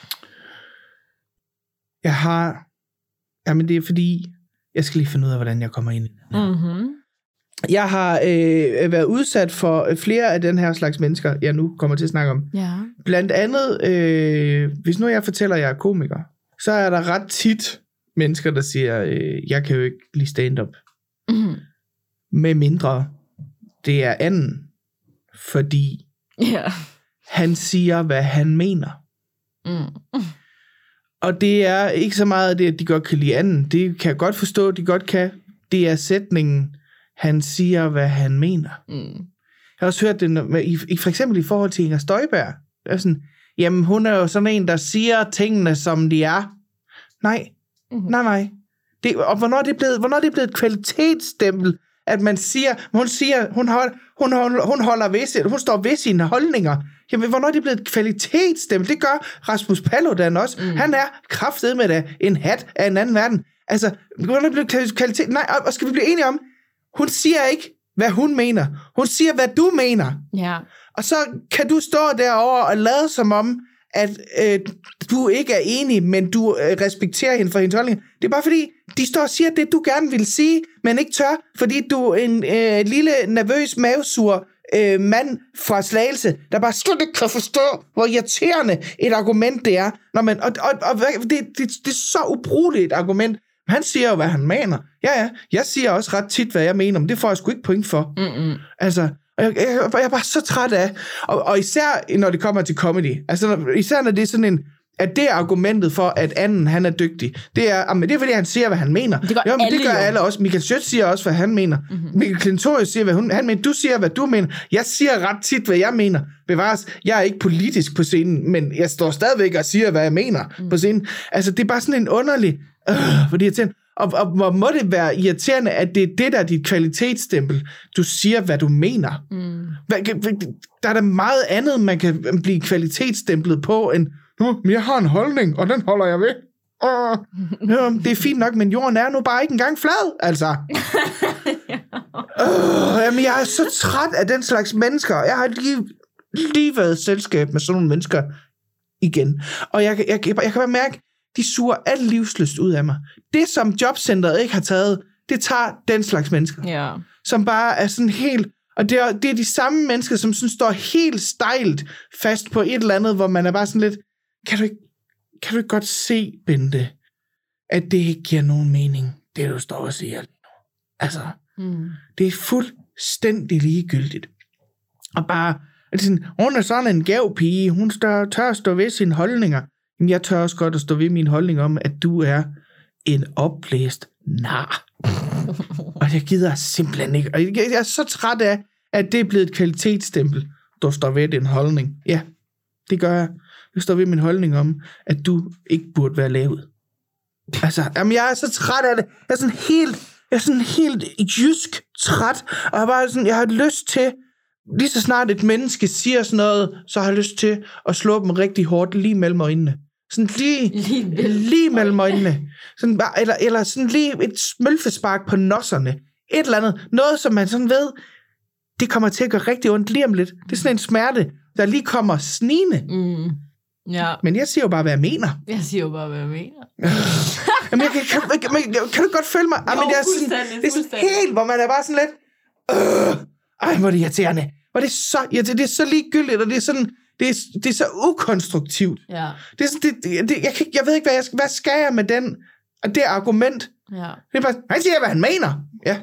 Jeg har... Jamen, det er fordi... Jeg skal lige finde ud af, hvordan jeg kommer ind i den. Mhm. Jeg har været udsat for flere af den her slags mennesker, jeg nu kommer til at snakke om. Ja. Blandt andet, hvis nu jeg fortæller, at jeg er komiker, så er der ret tit mennesker, der siger, jeg kan jo ikke lide stand-up. Mm-hmm. Med mindre det er anden, fordi Ja. Han siger, hvad han mener. Og det er ikke så meget det, at de godt kan lide anden. Det kan jeg godt forstå, at de godt kan. Det er sætningen, han siger, hvad han mener. Jeg har også hørt det, for eksempel i forhold til Inger Støjberg. Det er sådan, jamen hun er jo sådan en, der siger tingene, som de er. Nej. Og hvornår er det blevet et kvalitetsstempel, at man siger, hun holder ved, hun står ved sine holdninger. Jamen, hvornår er det blevet et kvalitetsstempel? Det gør Rasmus Paludan også. Han er kraftedeme med en hat af en anden verden. Altså, hvornår er det blevet kvalitet? Nej, og skal vi blive enige om, hun siger ikke, hvad hun mener. Hun siger, hvad du mener. Ja. Og så kan du stå derovre og lade som om, at du ikke er enig, men du respekterer hende for hendes holdning. Det er bare fordi, de står og siger det, du gerne vil sige, men ikke tør, fordi du er en lille, nervøs, mavesur mand fra Slagelse, der bare slet ikke kan forstå, hvor irriterende et argument det er. Når man, det er så ubrugeligt et argument. Han siger jo, hvad han mener. Ja, jeg siger også ret tit, hvad jeg mener, men det får jeg sgu ikke point for. Altså, jeg er bare så træt af, og især når det kommer til comedy, altså især når det er sådan en, at det er argumentet for, at anden han er dygtig, det er, men det er fordi han siger, hvad han mener. Det gør alle også. Michael Schøtz siger også, hvad han mener. Michael Klintorius siger, hvad han mener. Du siger, hvad du mener. Jeg siger ret tit, hvad jeg mener. Bevares, jeg er ikke politisk på scenen, men jeg står stadigvæk og siger, hvad jeg mener på scenen. Altså, det er bare sådan en underlig, fordi jeg tænker, og må det være irriterende, at det er det, der er dit kvalitetsstempel. Du siger, hvad du mener. Der er der meget andet, man kan blive kvalitetsstemplet på, end jeg har en holdning, og den holder jeg ved. Det er fint nok, men jorden er nu bare ikke engang flad, altså. Jamen, jeg er så træt af den slags mennesker. Jeg har lige været i selskab med sådan nogle mennesker igen. Og jeg kan bare mærke, de suger alt livslyst ud af mig. Det, som jobcentret ikke har taget, det tager den slags mennesker. Ja. Som bare er sådan helt... Og det er de samme mennesker, som sådan står helt stejlt fast på et eller andet, hvor man er bare sådan lidt... Kan du ikke godt se, Bente, at det ikke giver nogen mening, det du står og siger? Altså, det er fuldstændig ligegyldigt. Og bare... Sådan, hun er sådan en gav pige, hun tør at stå ved sine holdninger. Men jeg tør også godt at stå ved min holdning om, at du er en opblæst nar. Og jeg gider simpelthen ikke. Og jeg er så træt af, at det er blevet et kvalitetsstempel. Du står ved din holdning. Ja, det gør jeg. Jeg står ved min holdning om, at du ikke burde være lavet. Altså, jamen jeg er så træt af det. Jeg er sådan helt jysk træt. Og jeg har lyst til... Lige så snart et menneske siger sådan noget, så har jeg lyst til at slå dem rigtig hårdt lige mellem øjnene. Sådan lige mellem øjnene. Sådan bare, eller sådan lige et smølfespark på nosserne. Et eller andet. Noget, som man sådan ved, det kommer til at gøre rigtig ondt lige om lidt. Det er sådan en smerte, der lige kommer snigende. Ja. Men jeg siger jo bare, hvad jeg mener. Jeg siger jo bare, hvad jeg mener. Jamen, kan du godt følge mig? Jo, det er sådan helt, hvor man er bare sådan lidt... Ej, hvor er det irriterende. Og det er så ligegyldigt, og det er sådan, det er så ukonstruktivt. Ja. Det er sådan, jeg ved ikke, hvad skal jeg med den, og det argument. Ja. Det er bare, han siger, hvad han mener. Ja.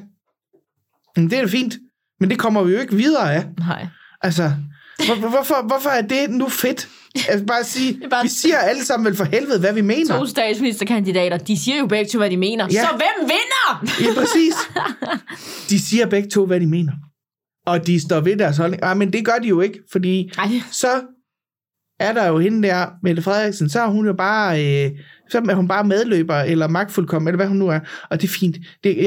Men det er da fint. Men det kommer vi jo ikke videre af. Nej. Altså, hvorfor er det nu fedt? Altså bare at sige, vi siger alle sammen vel for helvede, hvad vi mener. 2 statsministerkandidater, de siger jo begge to, hvad de mener. Ja. Så hvem vinder? Ja, præcis. De siger begge to, hvad de mener. Og de står ved deres holdning. Men det gør de jo ikke, fordi så er der jo hende der, Mette Frederiksen, så er hun jo bare, så er hun bare medløber, eller magtfuldkommen, eller hvad hun nu er. Og det er fint.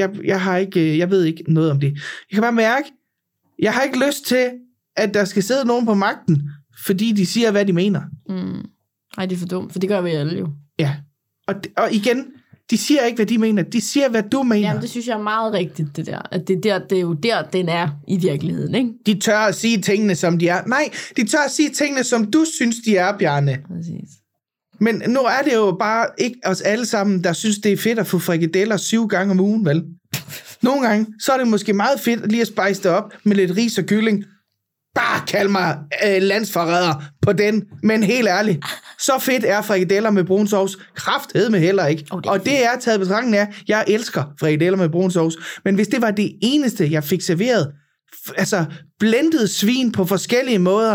Jeg ved ikke noget om det. Jeg kan bare mærke, jeg har ikke lyst til, at der skal sidde nogen på magten, fordi de siger, hvad de mener. Nej, det er for dumt, for det gør vi alle jo. Ja, og igen, de siger ikke, hvad de mener. De siger, hvad du mener. Jamen, det synes jeg er meget rigtigt, det der. At det er jo der, den er i virkeligheden, ikke? De tør at sige tingene, som de er. Nej, de tør at sige tingene, som du synes, de er, Bjarne. Præcis. Men nu er det jo bare ikke os alle sammen, der synes, det er fedt at få frikadeller 7 gange om ugen, vel? Nogle gange, så er det måske meget fedt lige at spice det op med lidt ris og kylling. Bare kald mig landsforræder på den, men helt ærligt, så fedt er frikadeller med brun sovs kraftedme heller ikke. Og det er taget betragtning af, jeg elsker frikadeller med brun sovs, men hvis det var det eneste, jeg fik serveret, altså blendet svin på forskellige måder,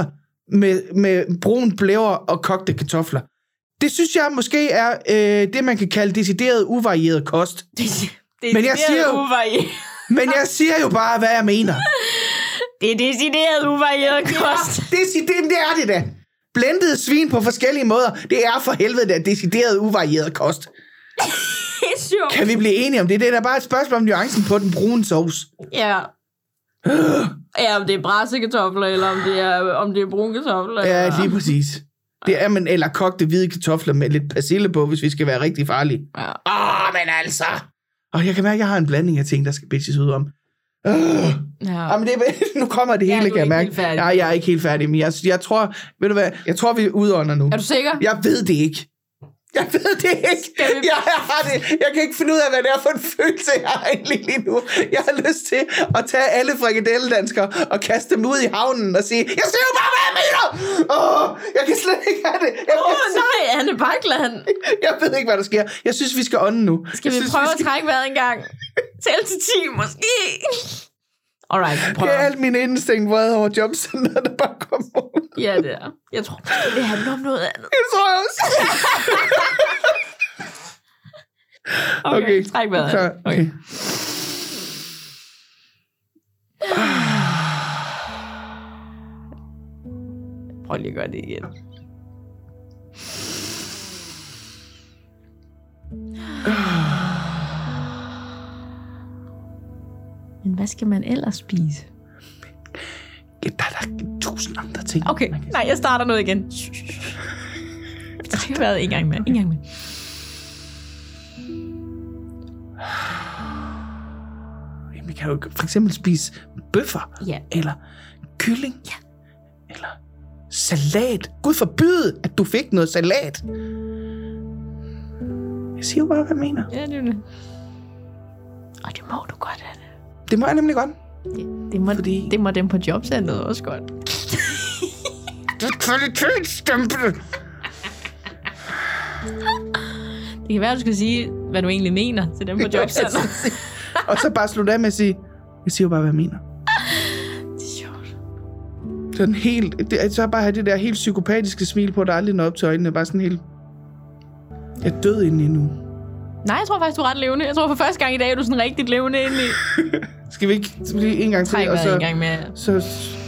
med brun blæver og kogte kartofler. Det synes jeg måske er det, man kan kalde decideret uvarieret kost. Men jeg siger jo bare, hvad jeg mener. Det er decideret uvarieret kost. Det er det da. Blendede svin på forskellige måder. Det er for helvede da decideret uvarieret kost. Kan vi blive enige om det? Det er da bare et spørgsmål om nuancen på den brune sovs. Ja. Ja, om det er brassekartofler, eller om det er brune kartofler. Ja, eller... lige præcis. Det er man, eller kogte hvide kartofler med lidt persille på, hvis vi skal være rigtig farlige. Ja. Men altså. Og jeg kan mærke, at jeg har en blanding af ting, der skal bitches ud om. Ja. Men nu kommer det hele, kan jeg mærke. Nej, jeg er ikke helt færdig, men jeg tror, ved du hvad, jeg tror, vi udånder nu. Er du sikker? Jeg ved det ikke. Jeg ved det ikke. Jeg kan ikke finde ud af, hvad det er for en følelse, jeg har egentlig lige nu. Jeg har lyst til at tage alle frikadelledanskere og kaste dem ud i havnen og sige, jeg ser jo bare, hvad jeg mener! Jeg kan slet ikke have det. Nej, Anne Bakland. Jeg ved ikke, hvad der sker. Jeg synes, vi skal ånde nu. Skal vi prøve at trække vejret en gang? Tæl til 10, måske. Alright, prøv. Det er alt min instinkt vrede over jobcenteret, der bare kommer ud. Ja, det er. Jeg tror, det handler om noget andet. Det tror jeg også. Okay, træk vejret. Så, okay. Prøv lige at gøre det igen. Men hvad skal man ellers spise? Der er 1000 andre ting. Okay, nej, jeg starter noget igen. Træk vejret en gang med. Vi kan jo for eksempel spise bøffer. Ja. Eller kylling. Ja. Eller salat. Gud forbyde, at du fik noget salat. Jeg siger jo bare, hvad jeg mener. Ja, det er det. Og det må du godt, Anne. Det må jeg nemlig godt. Det må dem på jobcenteret også godt. Det er kvalitetsstempel. Det kan være, du skal sige, hvad du egentlig mener til dem på jobcenteret. Og så bare slutte af med at sige, jeg siger jo bare, hvad jeg mener. Det er sjovt. Sådan helt, så bare have det der helt psykopatiske smil på, der aldrig når op til øjnene. Bare sådan helt, jeg er død inde nu. Nej, jeg tror faktisk, du er ret levende. Jeg tror for første gang i dag, er du sådan rigtigt levende inde i. Skal vi ikke en gang til? Træk vejret en gang med. Så...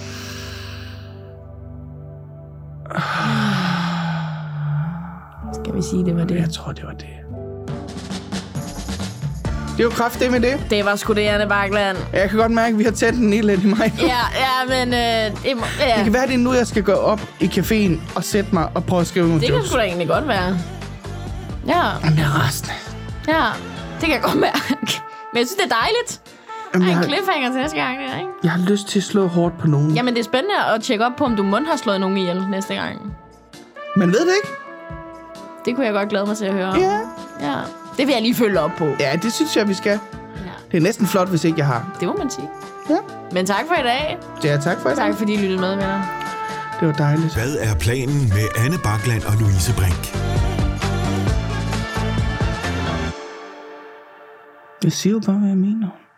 Skal vi sige, det var det? Jeg tror, det var det. Det er jo kraftigt med det. Det var sgu det, Anne Bakland. Jeg kan godt mærke, at vi har tændt den helt lidt i mig. Ja, men... Det kan være, det er nu, jeg skal gå op i caféen og sætte mig og prøve at skrive nogle jokes. Det kan sgu da egentlig godt være. Ja. Jamen, jeg er rasende. Ja, det kan jeg godt mærke. Men jeg synes, det er dejligt. Jamen, en cliffhanger til næste gang, der, ikke? Jeg har lyst til at slå hårdt på nogen. Jamen, det er spændende at tjekke op på, om du mund har slået nogen ihjel næste gang. Man ved det ikke. Det kunne jeg godt glæde mig til at høre. Ja. Ja. Det vil jeg lige følge op på. Ja, det synes jeg, vi skal. Ja. Det er næsten flot, hvis ikke jeg har. Det må man sige. Ja. Men tak for i dag. Ja, tak for i dag. Tak fordi I lyttede med, venner. Det var dejligt. Hvad er planen med Anne Bakland og Louise Brink? Jeg siger jo bare, hvad jeg mener.